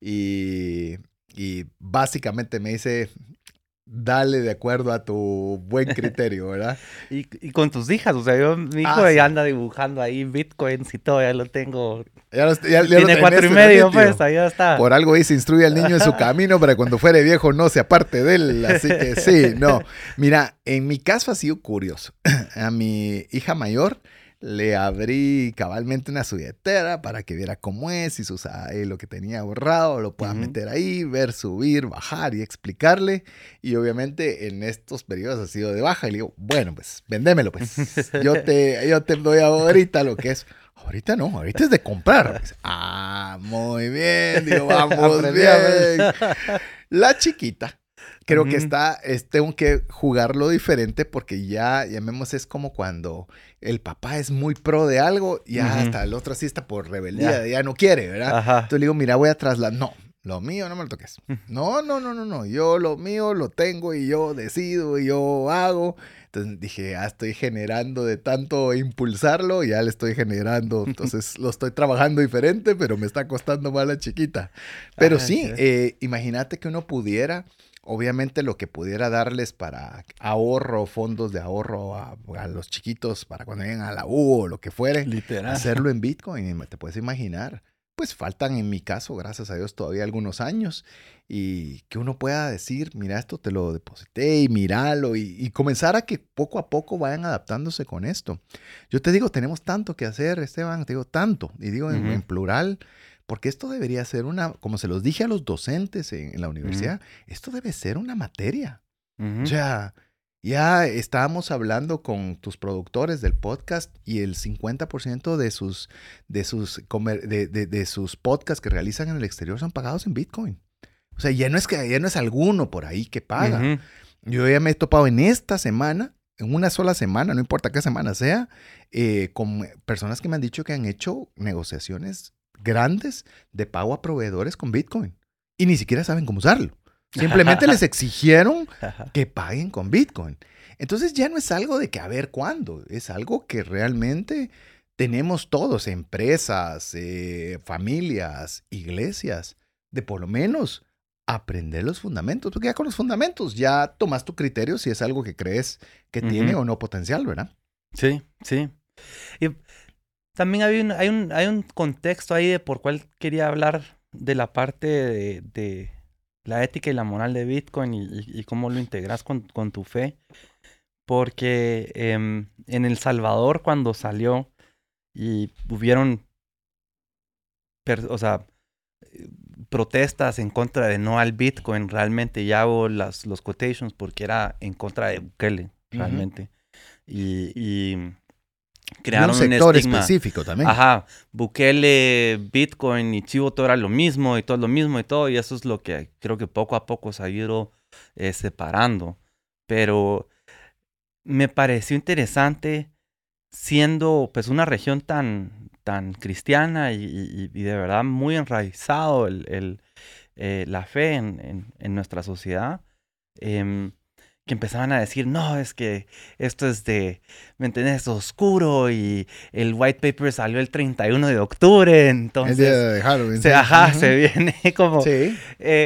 y básicamente me dice, dale de acuerdo a tu buen criterio, ¿verdad? Y con tus hijas, o sea, mi hijo ya anda dibujando ahí bitcoins y todo, ya lo tengo. Tiene 4 y medio, pues, ahí ya está. Por algo dice, instruye al niño en su camino para que cuando fuere viejo no se aparte de él. Así que sí, no. Mira, en mi caso ha sido curioso. A mi hija mayor le abrí cabalmente una su billetera para que viera cómo es, y lo que tenía ahorrado lo pueda meter ahí, ver, subir, bajar y explicarle. Y obviamente en estos periodos ha sido de baja. Y le digo, bueno, pues vendémelo, pues. Yo te doy ahorita lo que es. Ahorita no, ahorita es de comprar. Ah, muy bien, digo, vamos bien. La chiquita, creo que tengo que jugarlo diferente porque ya, llamemos, es como cuando el papá es muy pro de algo, ya hasta el otro así está por rebeldía, ya no quiere, ¿verdad? Ajá. Entonces le digo, mira, voy a trasladar. No, lo mío no me lo toques. No. Yo lo mío lo tengo y yo decido y yo hago. Entonces dije, estoy generando de tanto impulsarlo, ya le estoy generando. Entonces lo estoy trabajando diferente, pero me está costando más la chiquita. Pero sí, imagínate que uno pudiera, obviamente lo que pudiera darles para ahorro, fondos de ahorro a los chiquitos para cuando lleguen a la U o lo que fuere, Literal. hacerlo en Bitcoin, te puedes imaginar. pues faltan en mi caso, gracias a Dios, todavía algunos años y que uno pueda decir, mira, esto te lo deposité y míralo y comenzar a que poco a poco vayan adaptándose con esto. Yo te digo, tenemos tanto que hacer, Esteban, te digo tanto, y digo en plural, porque esto debería ser una, como se los dije a los docentes en la universidad, esto debe ser una materia. O sea, ya estábamos hablando con tus productores del podcast y el 50% de sus podcasts que realizan en el exterior son pagados en Bitcoin. O sea, ya no es alguno por ahí que paga. Yo ya me he topado en esta semana, en una sola semana, no importa qué semana sea, con personas que me han dicho que han hecho negociaciones grandes de pago a proveedores con Bitcoin y ni siquiera saben cómo usarlo. Simplemente les exigieron que paguen con Bitcoin. Entonces ya no es algo de que a ver cuándo, es algo que realmente tenemos todos, empresas, familias, iglesias, de por lo menos aprender los fundamentos. Porque ya con los fundamentos ya tomas tu criterio si es algo que crees que tiene o no potencial, ¿verdad? Sí, sí. Y también hay un contexto ahí de por cuál quería hablar de la parte de la ética y la moral de Bitcoin y cómo lo integras con tu fe. Porque en El Salvador cuando salió y hubieron, protestas en contra de no al Bitcoin, realmente ya hago los quotations porque era en contra de Bukele, realmente. Y crearon un sector estigma específico también. Ajá, Bukele, Bitcoin y Chivo todo era lo mismo y todo lo mismo y todo. Y eso es lo que creo que poco a poco se ha ido separando. Pero me pareció interesante siendo pues una región tan cristiana y de verdad muy enraizado la fe en nuestra sociedad. Que empezaban a decir, no, es que esto es ¿me entiendes? Oscuro y el white paper salió el 31 de octubre, entonces... El día de Halloween. Se viene como... Sí.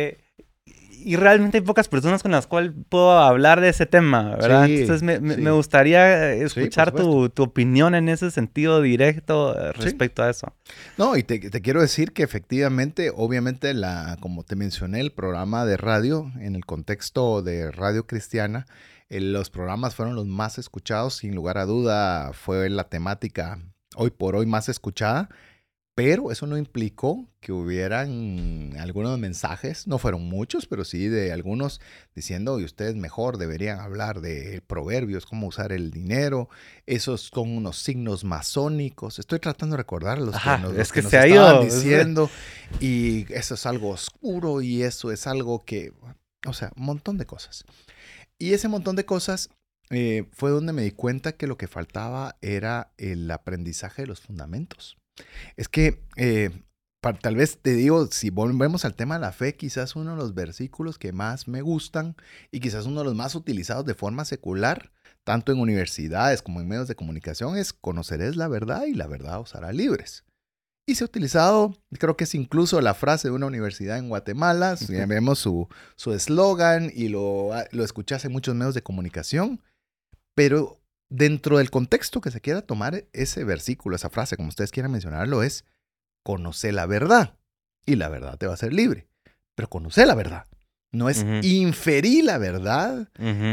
Y realmente hay pocas personas con las cuales puedo hablar de ese tema, ¿verdad? Sí, Entonces me gustaría escuchar por tu opinión en ese sentido directo respecto a eso. No, y te quiero decir que efectivamente, obviamente, como te mencioné, el programa de radio, en el contexto de Radio Cristiana, los programas fueron los más escuchados, sin lugar a duda, fue la temática hoy por hoy más escuchada, pero eso no implicó que hubieran algunos mensajes, no fueron muchos, pero sí de algunos diciendo, y ustedes mejor deberían hablar de proverbios, cómo usar el dinero, esos son unos signos masónicos. Estoy tratando de recordar los que nos estaban diciendo, y eso es algo oscuro y eso es algo que, o sea, un montón de cosas. Y ese montón de cosas fue donde me di cuenta que lo que faltaba era el aprendizaje de los fundamentos. Es que tal vez te digo, si volvemos al tema de la fe, quizás uno de los versículos que más me gustan y quizás uno de los más utilizados de forma secular, tanto en universidades como en medios de comunicación, es conoceréis la verdad y la verdad os hará libres. Y se ha utilizado, creo que es incluso la frase de una universidad en Guatemala, vemos su eslogan y lo escuchas en muchos medios de comunicación, pero dentro del contexto que se quiera tomar ese versículo, esa frase, como ustedes quieran mencionarlo, es conoce la verdad y la verdad te va a hacer libre. Pero conoce la verdad. No es inferir la verdad.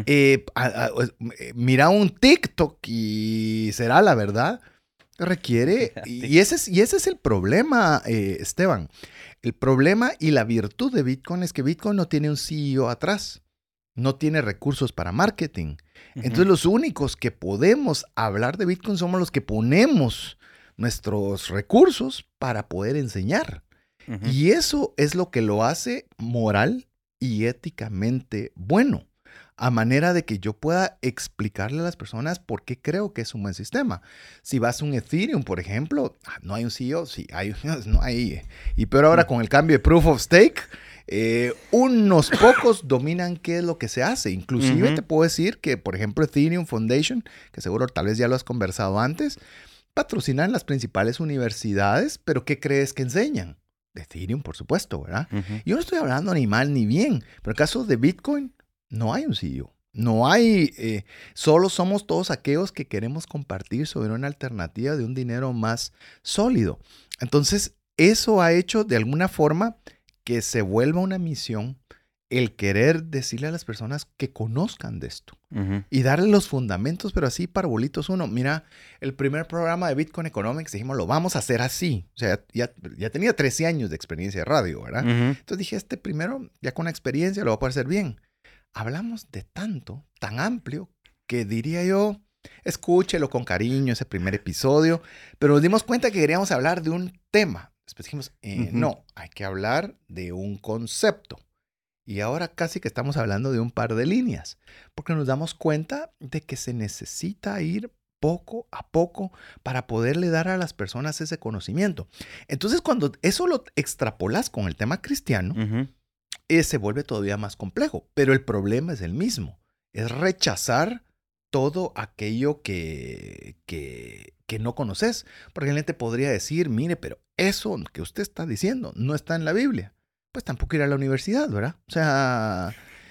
Mira un TikTok y será la verdad. Requiere, y ese es el problema, Esteban. El problema y la virtud de Bitcoin es que Bitcoin no tiene un CEO atrás. No tiene recursos para marketing. Entonces los únicos que podemos hablar de Bitcoin somos los que ponemos nuestros recursos para poder enseñar. Y eso es lo que lo hace moral y éticamente bueno. A manera de que yo pueda explicarle a las personas por qué creo que es un buen sistema. Si vas a un Ethereum, por ejemplo, no hay un CEO, sí, no hay. Y pero ahora con el cambio de Proof of Stake, unos pocos dominan qué es lo que se hace. Inclusive te puedo decir que, por ejemplo, Ethereum Foundation, que seguro tal vez ya lo has conversado antes, patrocinan las principales universidades, pero ¿qué crees que enseñan? De Ethereum, por supuesto, ¿verdad? Yo no estoy hablando ni mal ni bien, pero en el caso de Bitcoin, no hay un CEO. No hay, solo somos todos aquellos que queremos compartir sobre una alternativa de un dinero más sólido. Entonces, eso ha hecho de alguna forma que se vuelva una misión el querer decirle a las personas que conozcan de esto Ujú. y darle los fundamentos, pero así parabolitos uno. Mira, el primer programa de Bitcoin Economics dijimos, lo vamos a hacer así. O sea, ya tenía 13 años de experiencia de radio, ¿verdad? Ujú. Entonces dije, este primero, ya con la experiencia, lo voy a poder hacer bien. Hablamos de tanto, tan amplio, que diría yo, escúchelo con cariño ese primer episodio, pero nos dimos cuenta que queríamos hablar de un tema. Después dijimos, Ujú. no, hay que hablar de un concepto. Y ahora casi que estamos hablando de un par de líneas, porque nos damos cuenta de que se necesita ir poco a poco para poderle dar a las personas ese conocimiento. Entonces, cuando eso lo extrapolas con el tema cristiano, Ujú. se vuelve todavía más complejo, pero el problema es el mismo, es rechazar todo aquello que no conoces, porque alguien te podría decir, mire, pero eso que usted está diciendo no está en la Biblia. Pues tampoco ir a la universidad, ¿verdad? O sea,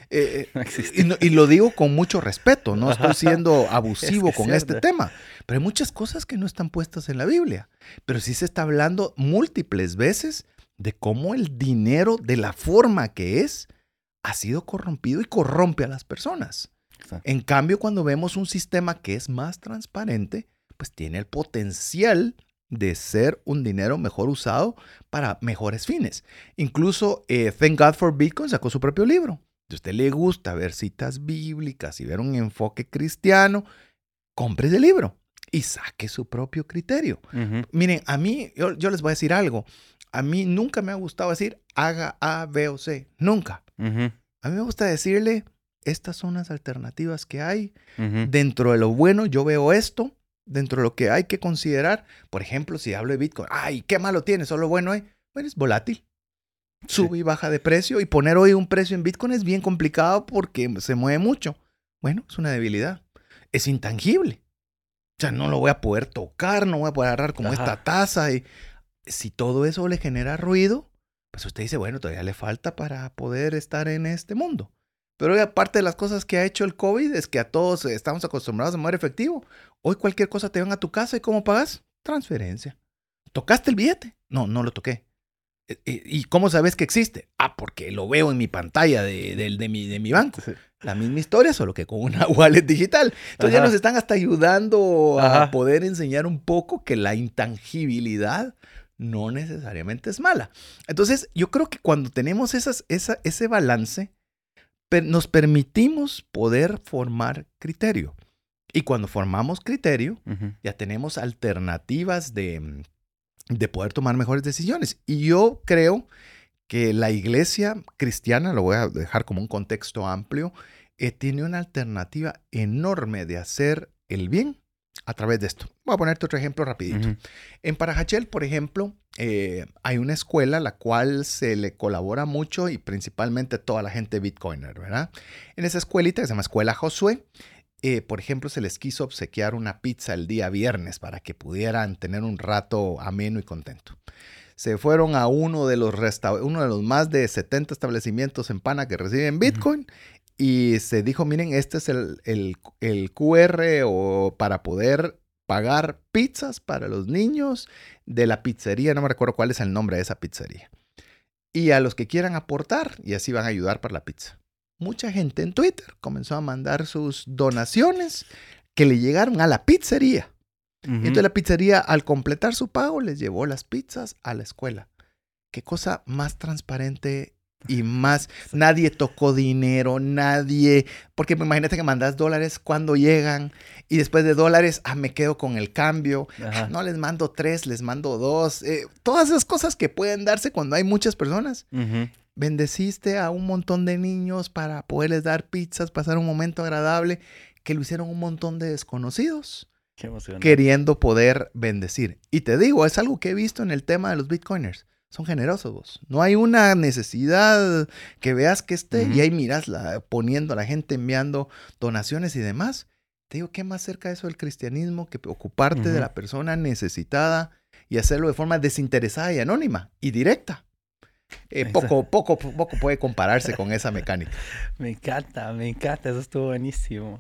No existe. y lo digo con mucho respeto, no estoy Ajá. siendo Es que abusivo es con este cierto. tema, pero hay muchas cosas que no están puestas en la Biblia, pero sí se está hablando múltiples veces de cómo el dinero, de la forma que es, ha sido corrompido y corrompe a las personas. Exacto. En cambio, cuando vemos un sistema que es más transparente, pues tiene el potencial de ser un dinero mejor usado para mejores fines. Incluso Thank God for Bitcoin sacó su propio libro. Si a usted le gusta ver citas bíblicas y ver un enfoque cristiano, compre ese libro y saque su propio criterio. Ujú. Miren, a mí, yo les voy a decir algo. A mí nunca me ha gustado decir haga A, B o C. Nunca. Ujú. A mí me gusta decirle, estas son las alternativas que hay. Ujú. Dentro de lo bueno, yo veo esto. Dentro de lo que hay que considerar, por ejemplo, si hablo de Bitcoin, ay, ¿qué malo tiene? Solo bueno hay. Bueno, es volátil. Sí. Sube y baja de precio. Y poner hoy un precio en Bitcoin es bien complicado porque se mueve mucho. Bueno, es una debilidad. Es intangible. O sea, no lo voy a poder tocar, no voy a poder agarrar como esta Ajá. taza. Y si todo eso le genera ruido, pues usted dice, bueno, todavía le falta para poder estar en este mundo. Pero hoy, aparte de las cosas que ha hecho el COVID, es que a todos estamos acostumbrados a mover efectivo. Hoy cualquier cosa te van a tu casa y ¿cómo pagas? Transferencia. ¿Tocaste el billete? No, no lo toqué. ¿Y cómo sabes que existe? Ah, porque lo veo en mi pantalla de mi banco. Sí. La misma historia, solo que con una wallet digital. Entonces ya nos Ajá. están hasta ayudando a Ajá. poder enseñar un poco que la intangibilidad no necesariamente es mala. Entonces yo creo que cuando tenemos ese balance, nos permitimos poder formar criterio. Y cuando formamos criterio, Ujú. ya tenemos alternativas de poder tomar mejores decisiones. Y yo creo que la iglesia cristiana, lo voy a dejar como un contexto amplio, tiene una alternativa enorme de hacer el bien a través de esto. Voy a ponerte otro ejemplo rapidito. Ujú. En Parajachel, por ejemplo, hay una escuela a la cual se le colabora mucho y principalmente toda la gente bitcoiner, ¿verdad? En esa escuelita que se llama Escuela Josué, por ejemplo, se les quiso obsequiar una pizza el día viernes para que pudieran tener un rato ameno y contento. Se fueron a uno de los más de 70 establecimientos en Pana que reciben Ujú. Bitcoin y se dijo, miren, este es el QR para poder pagar pizzas para los niños de la pizzería, no me recuerdo cuál es el nombre de esa pizzería. Y a los que quieran aportar, y así van a ayudar para la pizza. Mucha gente en Twitter comenzó a mandar sus donaciones que le llegaron a la pizzería. Y Ujú. entonces la pizzería, al completar su pago, les llevó las pizzas a la escuela. Qué cosa más transparente y más... Sí. Nadie tocó dinero, nadie... Porque imagínate que mandas dólares cuando llegan y después de dólares, me quedo con el cambio. Ajá. No les mando 3, les mando 2. Todas esas cosas que pueden darse cuando hay muchas personas. Ujú. Bendeciste a un montón de niños para poderles dar pizzas, pasar un momento agradable, que lo hicieron un montón de desconocidos Qué emocionante. queriendo poder bendecir. Y te digo, es algo que he visto en el tema de los bitcoiners. Son generosos vos. No hay una necesidad que veas que esté y Ujú. ahí miras poniendo a la gente enviando donaciones y demás. Te digo, ¿qué más cerca de eso del cristianismo que ocuparte de Ujú. la persona necesitada y hacerlo de forma desinteresada y anónima y directa? Exacto. Poco puede compararse con esa mecánica. Me encanta, eso estuvo buenísimo.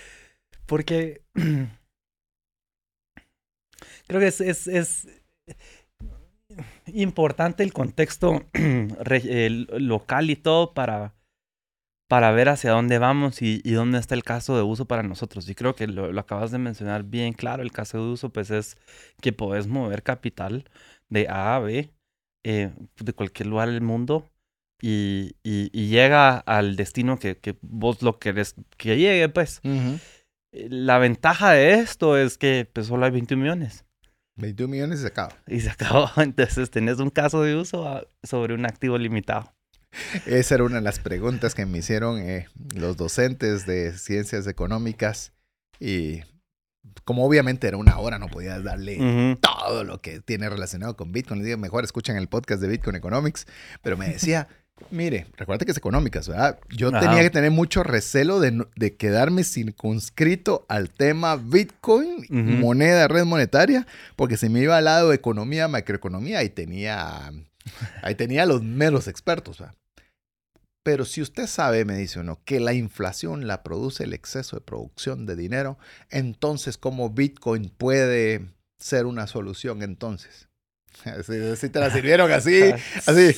Porque creo que importante el contexto local y todo para ver hacia dónde vamos y dónde está el caso de uso para nosotros. Y creo que lo acabas de mencionar bien claro. El caso de uso, pues, es que podés mover capital de A a B, de cualquier lugar del mundo, y llega al destino que vos lo querés que llegue, pues. Ujú. La ventaja de esto es que pues, solo hay 21 millones. 21 millones y se acaba. Y se acabó. Entonces tenés un caso de uso sobre un activo limitado. Esa era una de las preguntas que me hicieron los docentes de ciencias económicas. Y como obviamente era una hora, no podías darle Ujú. todo lo que tiene relacionado con Bitcoin. Les digo, mejor escuchen el podcast de Bitcoin Economics. Pero me decía, mire, recuerda que es económicas, ¿verdad? Yo Ajá. tenía que tener mucho recelo de quedarme circunscrito al tema Bitcoin, Ujú. moneda, red monetaria, porque se me iba al lado de economía, macroeconomía y ahí tenía los meros expertos, ¿verdad? Pero si usted sabe, me dice uno, que la inflación la produce el exceso de producción de dinero, entonces, ¿cómo Bitcoin puede ser una solución entonces? Si te la sirvieron así, así.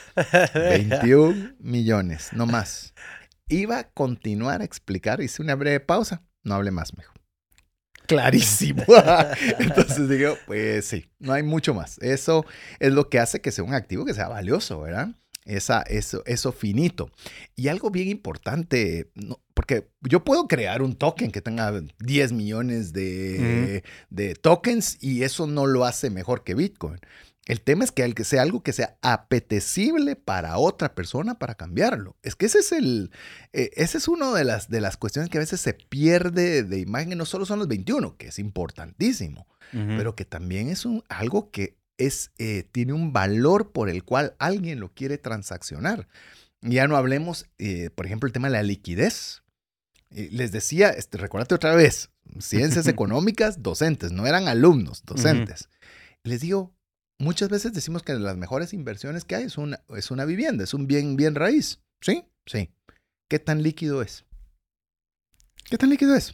21 millones, no más. Iba a continuar a explicar, hice una breve pausa, no hable más, mejor. Clarísimo. Entonces digo, pues sí, no hay mucho más. Eso es lo que hace que sea un activo que sea valioso, ¿verdad? Eso finito. Y algo bien importante, porque yo puedo crear un token que tenga 10 millones de tokens y eso no lo hace mejor que Bitcoin. El tema es que sea algo que sea apetecible para otra persona para cambiarlo. Es que ese es una de las cuestiones que a veces se pierde de imagen. No solo son los 21, que es importantísimo, pero que también es algo que tiene un valor por el cual alguien lo quiere transaccionar. Ya no hablemos, por ejemplo, el tema de la liquidez. Les decía, recuérdate otra vez, ciencias económicas, docentes, no eran alumnos, docentes. Les digo, muchas veces decimos que las mejores inversiones que hay es una vivienda, es un bien raíz. ¿Sí? Sí. ¿Qué tan líquido es? ¿Qué tan líquido es?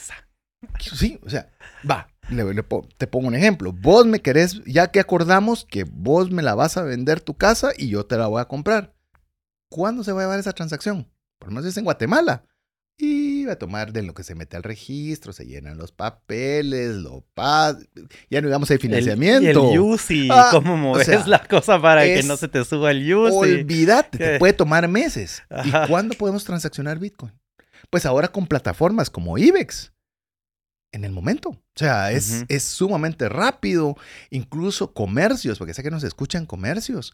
Sí, o sea, va, te pongo un ejemplo. Vos me querés, ya que acordamos que vos me la vas a vender tu casa y yo te la voy a comprar. ¿Cuándo se va a llevar esa transacción? Por lo menos es en Guatemala. Y va a tomar de lo que se mete al registro, se llenan los papeles, ya no digamos el financiamiento. El UCI, cómo moves la cosa para que no se te suba el UCI. Olvídate, te puede tomar meses. Ajá. ¿Y cuándo podemos transaccionar Bitcoin? Pues ahora con plataformas como IBEX. En el momento. O sea, es sumamente rápido. Incluso comercios, porque sé que nos escuchan comercios.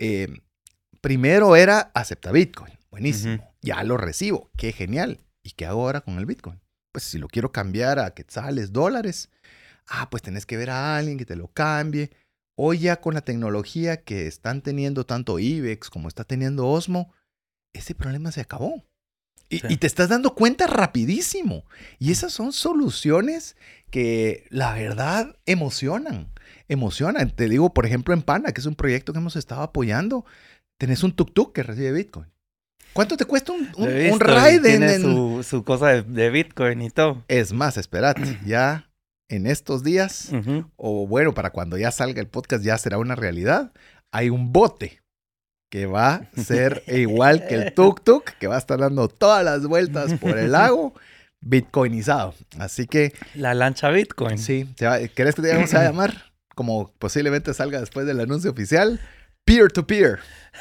Primero era acepta Bitcoin. Buenísimo. Ya lo recibo. Qué genial. ¿Y qué hago ahora con el Bitcoin? Pues si lo quiero cambiar a quetzales, dólares. Pues tenés que ver a alguien que te lo cambie. Hoy ya con la tecnología que están teniendo tanto IBEX como está teniendo Osmo, ese problema se acabó. Y te estás dando cuenta rapidísimo. Y esas son soluciones que la verdad emocionan. Te digo, por ejemplo, en Pana, que es un proyecto que hemos estado apoyando, tenés un tuk-tuk que recibe Bitcoin. ¿Cuánto te cuesta un ride? Tiene su cosa de Bitcoin y todo. Es más, espérate, ya en estos días, o bueno, para cuando ya salga el podcast ya será una realidad, hay un bote que va a ser igual que el tuk-tuk, que va a estar dando todas las vueltas por el lago, bitcoinizado. Así que... La lancha Bitcoin. Sí. ¿Querés que te vamos a llamar? Como posiblemente salga después del anuncio oficial. Peer-to-peer.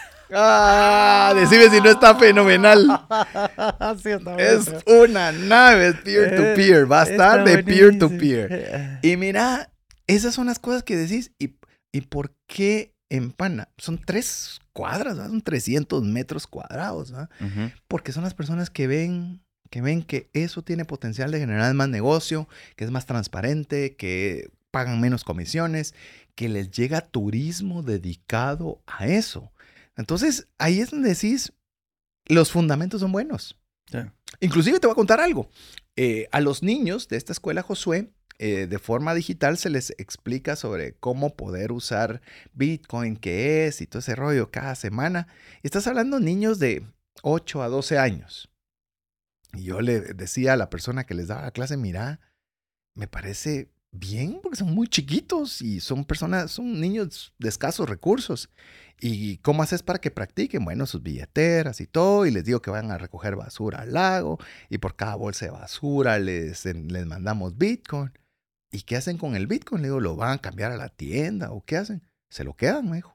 Decime si no está fenomenal. Sí, está es una nave peer-to-peer. Va a estar de peer-to-peer. Y mira, esas son las cosas que decís. ¿Y por qué en Pana? Son 3 cuadras, ¿verdad? Son 300 metros cuadrados, ¿verdad? Porque son las personas que ven que eso tiene potencial de generar más negocio, que es más transparente, que pagan menos comisiones, que les llega turismo dedicado a eso. Entonces, ahí es donde decís, los fundamentos son buenos. Sí. Inclusive te voy a contar algo. A los niños de esta escuela Josué, de forma digital se les explica sobre cómo poder usar Bitcoin, qué es y todo ese rollo cada semana. Estás hablando de niños de 8 a 12 años. Y yo le decía a la persona que les daba la clase, mira, me parece bien, porque son muy chiquitos y son niños de escasos recursos. ¿Y cómo haces para que practiquen? Bueno, sus billeteras y todo, y les digo que vayan a recoger basura al lago, y por cada bolsa de basura les mandamos Bitcoin. ¿Y qué hacen con el Bitcoin? Le digo, ¿lo van a cambiar a la tienda o qué hacen? Se lo quedan, me dijo.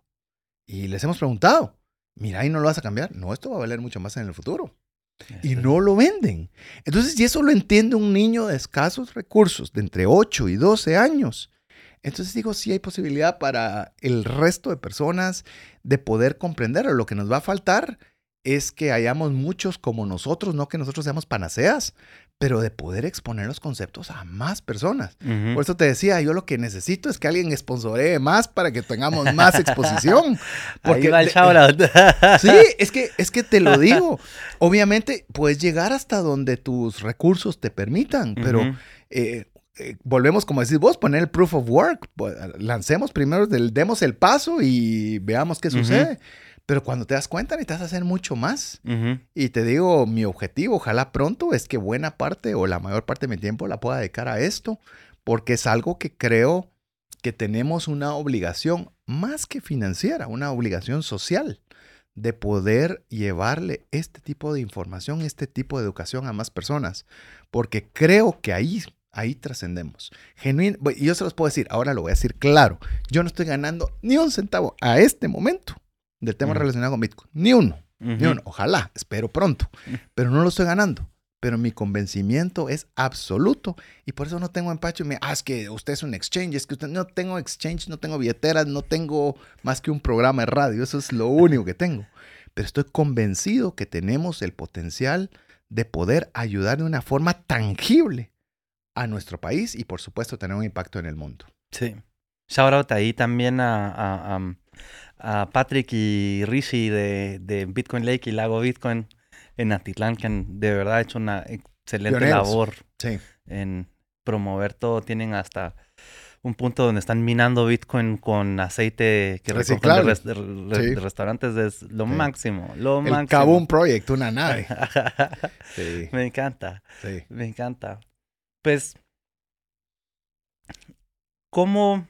Y les hemos preguntado, mira, ¿y no lo vas a cambiar? No, esto va a valer mucho más en el futuro. Y no lo venden. Entonces, si eso lo entiende un niño de escasos recursos, de entre 8 y 12 años, entonces digo, sí hay posibilidad para el resto de personas de poder comprenderlo. Lo que nos va a faltar es que hayamos muchos como nosotros, no que nosotros seamos panaceas, pero de poder exponer los conceptos a más personas. Ujú. Por eso te decía, yo lo que necesito es que alguien sponsoree más para que tengamos más exposición. Ahí va el de- shoutout. Sí, es que te lo digo. Obviamente, puedes llegar hasta donde tus recursos te permitan, pero Ujú. volvemos, como decís vos, poner el proof of work. Lancemos primero, demos el paso y veamos qué Ujú. sucede. Pero cuando te das cuenta, necesitas hacer mucho más. Ujú. Y te digo, mi objetivo, ojalá pronto, es que buena parte o la mayor parte de mi tiempo la pueda dedicar a esto, porque es algo que creo que tenemos una obligación más que financiera, una obligación social de poder llevarle este tipo de información, este tipo de educación a más personas, porque creo que ahí trascendemos. Y yo se los puedo decir, ahora lo voy a decir claro, yo no estoy ganando ni un centavo a este momento del tema Ujú. relacionado con Bitcoin, ni uno. Ni Ujú. uno. Ojalá, espero pronto, pero no lo estoy ganando. Pero mi convencimiento es absoluto y por eso no tengo empacho. Es que usted es un exchange, es que usted no tengo exchange, no tengo billeteras, no tengo más que un programa de radio. Eso es lo único que tengo. Pero estoy convencido que tenemos el potencial de poder ayudar de una forma tangible a nuestro país y por supuesto tener un impacto en el mundo. Sí. Shoutout ahí también a Patrick y Rishi de Bitcoin Lake y Lago Bitcoin en Atitlán, que de verdad ha hecho una excelente Pioneros. labor Sí. en promover todo. Tienen hasta un punto donde están minando Bitcoin con aceite que recogen Reciclable. de restaurantes. Es lo Sí. máximo, lo El máximo. Kaboom Project, una nave. Sí. Me encanta, Sí. me encanta. Pues, ¿cómo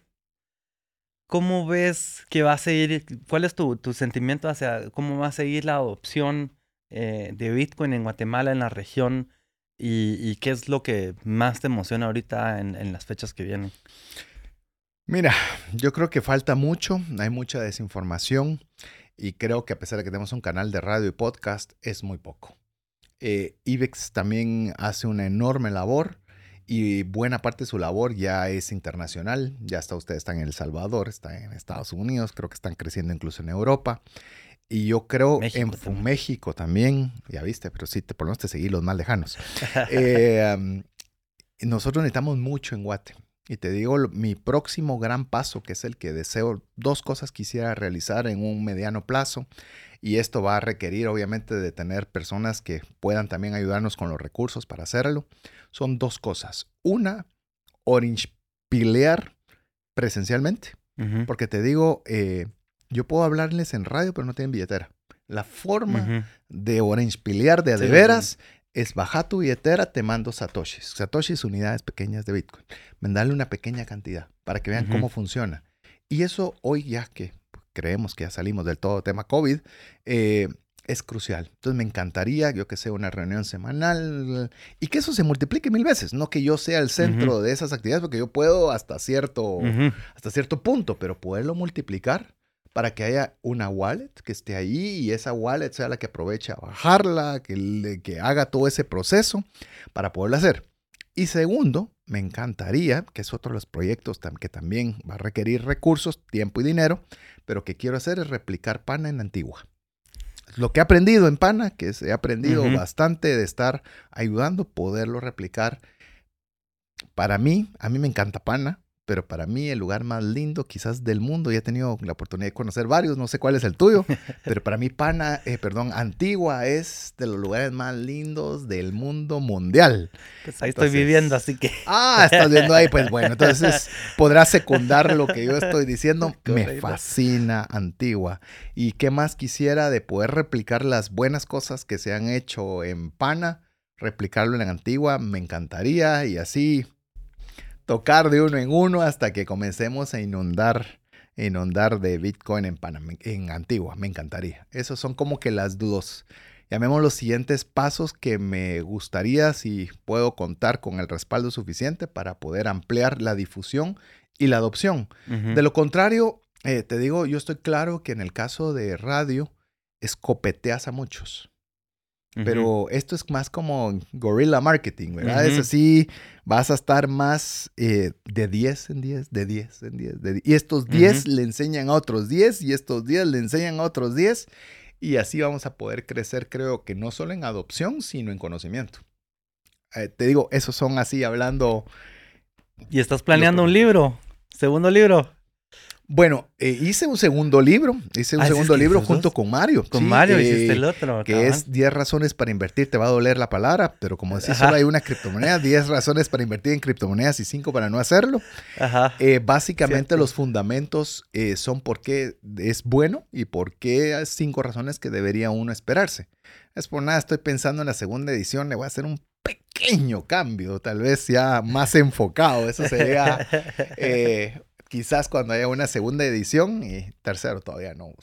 ves que va a seguir? ¿Cuál es tu sentimiento hacia cómo va a seguir la adopción de Bitcoin en Guatemala, en la región? ¿Y qué es lo que más te emociona ahorita en las fechas que vienen? Mira, yo creo que falta mucho, hay mucha desinformación y creo que a pesar de que tenemos un canal de radio y podcast, es muy poco. IBEX también hace una enorme labor y buena parte de su labor ya es internacional. Ya ustedes están en El Salvador, están en Estados Unidos, creo que están creciendo incluso en Europa. Y yo creo México también. México también, ya viste, pero sí, por lo menos te seguí los más lejanos. Nosotros necesitamos mucho en Guate. Y te digo, mi próximo gran paso, que es el que deseo, 2 cosas quisiera realizar en un mediano plazo. Y esto va a requerir, obviamente, de tener personas que puedan también ayudarnos con los recursos para hacerlo. Son 2 cosas. Una, Orange Pilear presencialmente. Ujú, Porque te digo, yo puedo hablarles en radio, pero no tienen billetera. La forma ujú. de Orange Pilear de a Sí, de veras es bajar tu billetera, te mando satoshis. Satoshis, unidades pequeñas de Bitcoin. Mandarle una pequeña cantidad para que vean Ujú. cómo funciona. Y eso hoy ya que creemos que ya salimos del todo tema COVID, es crucial. Entonces me encantaría, yo que sé, una reunión semanal y que eso se multiplique 1000 veces. No que yo sea el centro de esas actividades, porque yo puedo hasta cierto punto, pero poderlo multiplicar para que haya una wallet que esté ahí y esa wallet sea la que aproveche a bajarla, que haga todo ese proceso para poderlo hacer. Y segundo, me encantaría, que es otro de los proyectos que también va a requerir recursos, tiempo y dinero, pero que quiero hacer es replicar Pana en Antigua. Lo que he aprendido en Pana, que he aprendido bastante de estar ayudando, poderlo replicar. Para mí, a mí me encanta Pana, pero para mí el lugar más lindo quizás del mundo, ya he tenido la oportunidad de conocer varios, no sé cuál es el tuyo, pero para mí Antigua es de los lugares más lindos del mundo mundial. Pues ahí estoy viviendo, así que... Estás viendo ahí, pues bueno, entonces podrás secundar lo que yo estoy diciendo. Me Correcto. fascina Antigua. Y qué más quisiera de poder replicar las buenas cosas que se han hecho en Pana, replicarlo en Antigua, me encantaría y así tocar de uno en uno hasta que comencemos a inundar de Bitcoin en Panamá, en Antigua. Me encantaría. Esos son como que llamemos los siguientes pasos que me gustaría, si puedo contar con el respaldo suficiente para poder ampliar la difusión y la adopción. Ujú. De lo contrario, te digo, yo estoy claro que en el caso de radio, escopeteas a muchos. Ujú. Pero esto es más como guerrilla marketing, ¿verdad? Es Ujú. así, vas a estar más de 10 en 10, de 10 en 10, y estos 10 Ujú. le enseñan a otros 10, y estos 10 le enseñan a otros 10, y así vamos a poder crecer, creo que no solo en adopción, sino en conocimiento. Te digo, esos son así hablando ¿Y estás los planeando un propósitos. libro? ¿Segundo libro? Bueno, hice un segundo libro. Hice un Ah, es segundo que libro esos junto dos. con Mario. Con Sí, Mario hiciste el otro, que cabal. es 10 razones para invertir. Te va a doler la palabra, pero como decís, solo Ajá, hay una criptomoneda. 10 razones para invertir en criptomonedas y 5 para no hacerlo. ajá, Básicamente cierto. los fundamentos son por qué es bueno y por qué hay 5 razones que debería uno esperarse. Es por nada, estoy pensando en la segunda edición. Le voy a hacer un pequeño cambio, tal vez ya más enfocado. Eso sería... quizás cuando haya una segunda edición y tercero todavía no.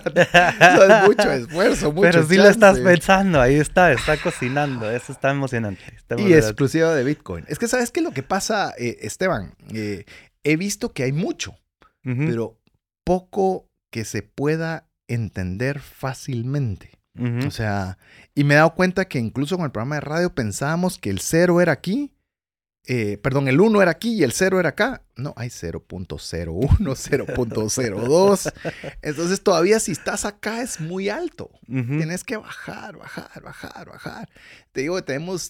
Eso es mucho esfuerzo, mucho Pero sí lo estás chance. pensando, ahí está cocinando, eso está emocionante, está Y emocionante. exclusivo de Bitcoin. Es que, ¿sabes qué es lo que pasa, Esteban? He visto que hay mucho, Ujú, pero poco que se pueda entender fácilmente. O ujú, sea, y me he dado cuenta que incluso con el programa de radio pensábamos que el cero era aquí. Perdón, el 1 era aquí y el 0 era acá. No, hay 0.01, 0.02. Entonces todavía si estás acá es muy alto. ujú. Tienes que bajar, bajar, bajar, bajar. Te digo que tenemos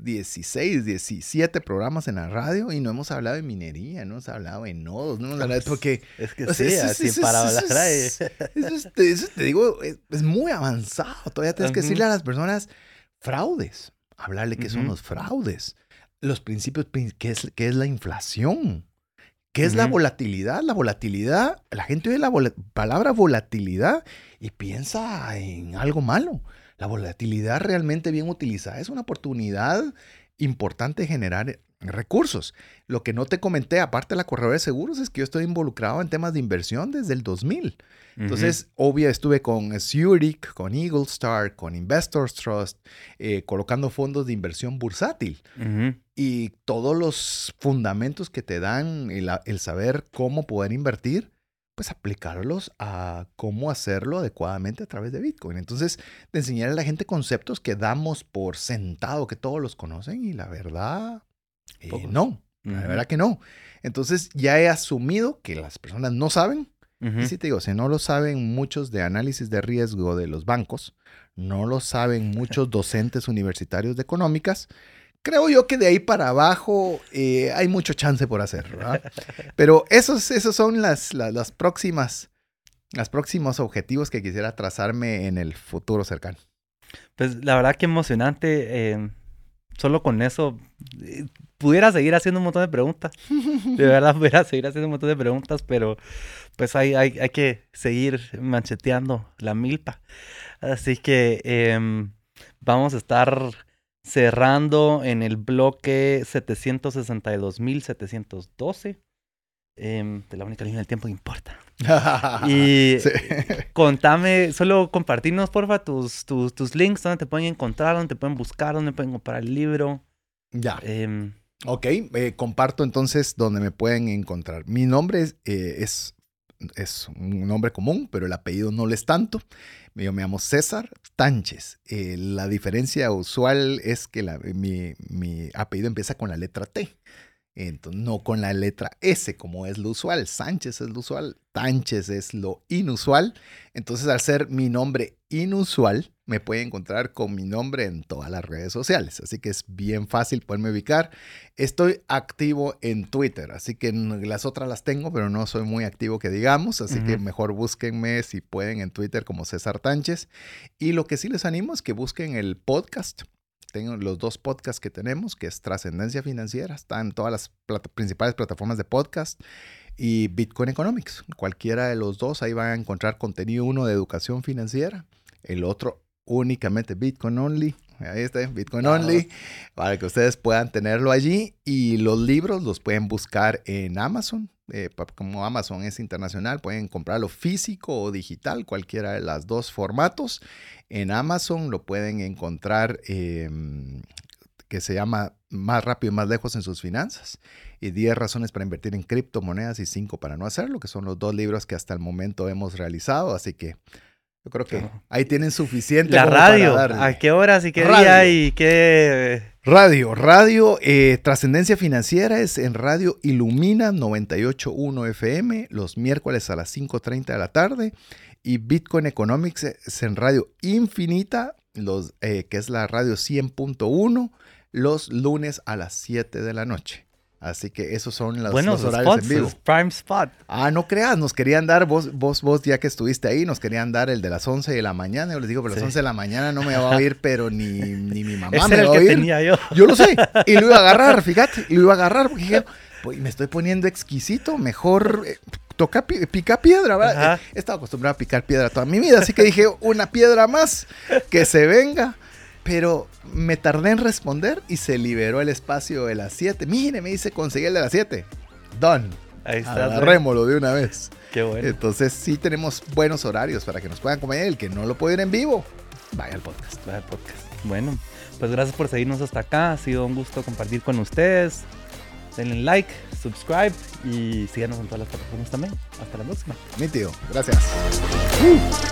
16, 17 programas en la radio y no hemos hablado de minería, no hemos hablado de nodos, no hemos hablado de... Porque, Es que o sea, sí, así para hablar ahí. eso te digo, es muy avanzado. Todavía tienes que decirle Ujú, a las personas fraudes. Hablarle qué son ujú, los fraudes. Los principios, qué es la inflación, qué es la ujú, volatilidad. La volatilidad, la gente oye la palabra volatilidad y piensa en algo malo. La volatilidad realmente bien utilizada es una oportunidad importante de generar recursos. Lo que no te comenté, aparte de la corredora de seguros, es que yo estoy involucrado en temas de inversión desde el 2000. ujú, Entonces, obvio, estuve con Zurich, con Eagle Star, con Investors Trust, colocando fondos de inversión bursátil. ujú. Y todos los fundamentos que te dan el saber cómo poder invertir, pues aplicarlos a cómo hacerlo adecuadamente a través de Bitcoin. Entonces, de enseñar a la gente conceptos que damos por sentado, que todos los conocen y la verdad, Pocos. no. La Ujú, verdad que no. Entonces, ya he asumido que las personas no saben. Y ujú. sí te digo, si no lo saben muchos de análisis de riesgo de los bancos, no lo saben muchos docentes universitarios de económicas, creo yo que de ahí para abajo hay mucho chance por hacer, ¿verdad? Pero esos son las los próximos objetivos que quisiera trazarme en el futuro cercano. Pues la verdad que emocionante. Solo con eso eh, pudiera seguir haciendo un montón de preguntas. De verdad pudiera seguir haciendo un montón de preguntas, pero pues hay que seguir mancheteando la milpa. Así que vamos a estar cerrando en el bloque 762.712 de la única línea del tiempo que importa. Y Sí. contame, solo compartirnos, porfa, tus links, donde te pueden encontrar, donde te pueden buscar, donde pueden comprar el libro. Ya. Em, Ok, comparto entonces donde me pueden encontrar. Mi nombre es un nombre común, pero el apellido no lo es tanto. Yo me llamo César Tánchez. La diferencia usual es que mi apellido empieza con la letra T. Entonces, no con la letra S, como es lo usual. Sánchez es lo usual, Tánchez es lo inusual. Entonces, al ser mi nombre inusual, me pueden encontrar con mi nombre en todas las redes sociales. Así que es bien fácil poderme ubicar. Estoy activo en Twitter, así que las otras las tengo, pero no soy muy activo que digamos. Así que ujú, mejor búsquenme si pueden en Twitter como César Tánchez. Y lo que sí les animo es que busquen el podcast. Tengo los 2 podcasts que tenemos, que es Trascendencia Financiera, está en todas las principales plataformas de podcast, y Bitcoin Economics. Cualquiera de los 2, ahí van a encontrar contenido, uno de educación financiera, el otro únicamente Bitcoin Only, Ahí está, Bitcoin Only, para que ustedes puedan tenerlo allí. Y los libros los pueden buscar en Amazon. Como Amazon es internacional, pueden comprarlo físico o digital, cualquiera de los dos formatos. En Amazon lo pueden encontrar que se llama Más rápido y más lejos en sus finanzas, y 10 razones para invertir en criptomonedas y 5 para no hacerlo, que son los 2 libros que hasta el momento hemos realizado. Así que yo creo que ahí tienen suficiente. La radio, ¿a qué horas y qué día y qué...? Radio, Trascendencia Financiera es en Radio Ilumina 98.1 FM, los miércoles a las 5:30 de la tarde. Y Bitcoin Economics es en Radio Infinita, que es la Radio 100.1, los lunes a las 7 de la noche. Así que esos son los horarios en vivo. Prime spot. No creas, nos querían dar, vos ya que estuviste ahí, nos querían dar el de las 11 de la mañana. Yo les digo, pero las 11 de la mañana no me va a oír, pero ni mi mamá ese me era va a el que oír. tenía yo. Yo lo sé, y lo iba a agarrar, fíjate, porque dije, pues, me estoy poniendo exquisito, mejor picar piedra, ¿verdad? He estado acostumbrado a picar piedra toda mi vida, así que dije, una piedra más, que se venga. Pero me tardé en responder y se liberó el espacio de las 7. Mire, me dice, conseguí el de las 7. Done. Ahí está. Agarrémoslo de una vez. Qué bueno. Entonces sí tenemos buenos horarios para que nos puedan acompañar. El que no lo puede ir en vivo, vaya al podcast. Bueno, pues gracias por seguirnos hasta acá. Ha sido un gusto compartir con ustedes. Denle like, subscribe y síganos en todas las plataformas también. Hasta la próxima. Mi tío, gracias.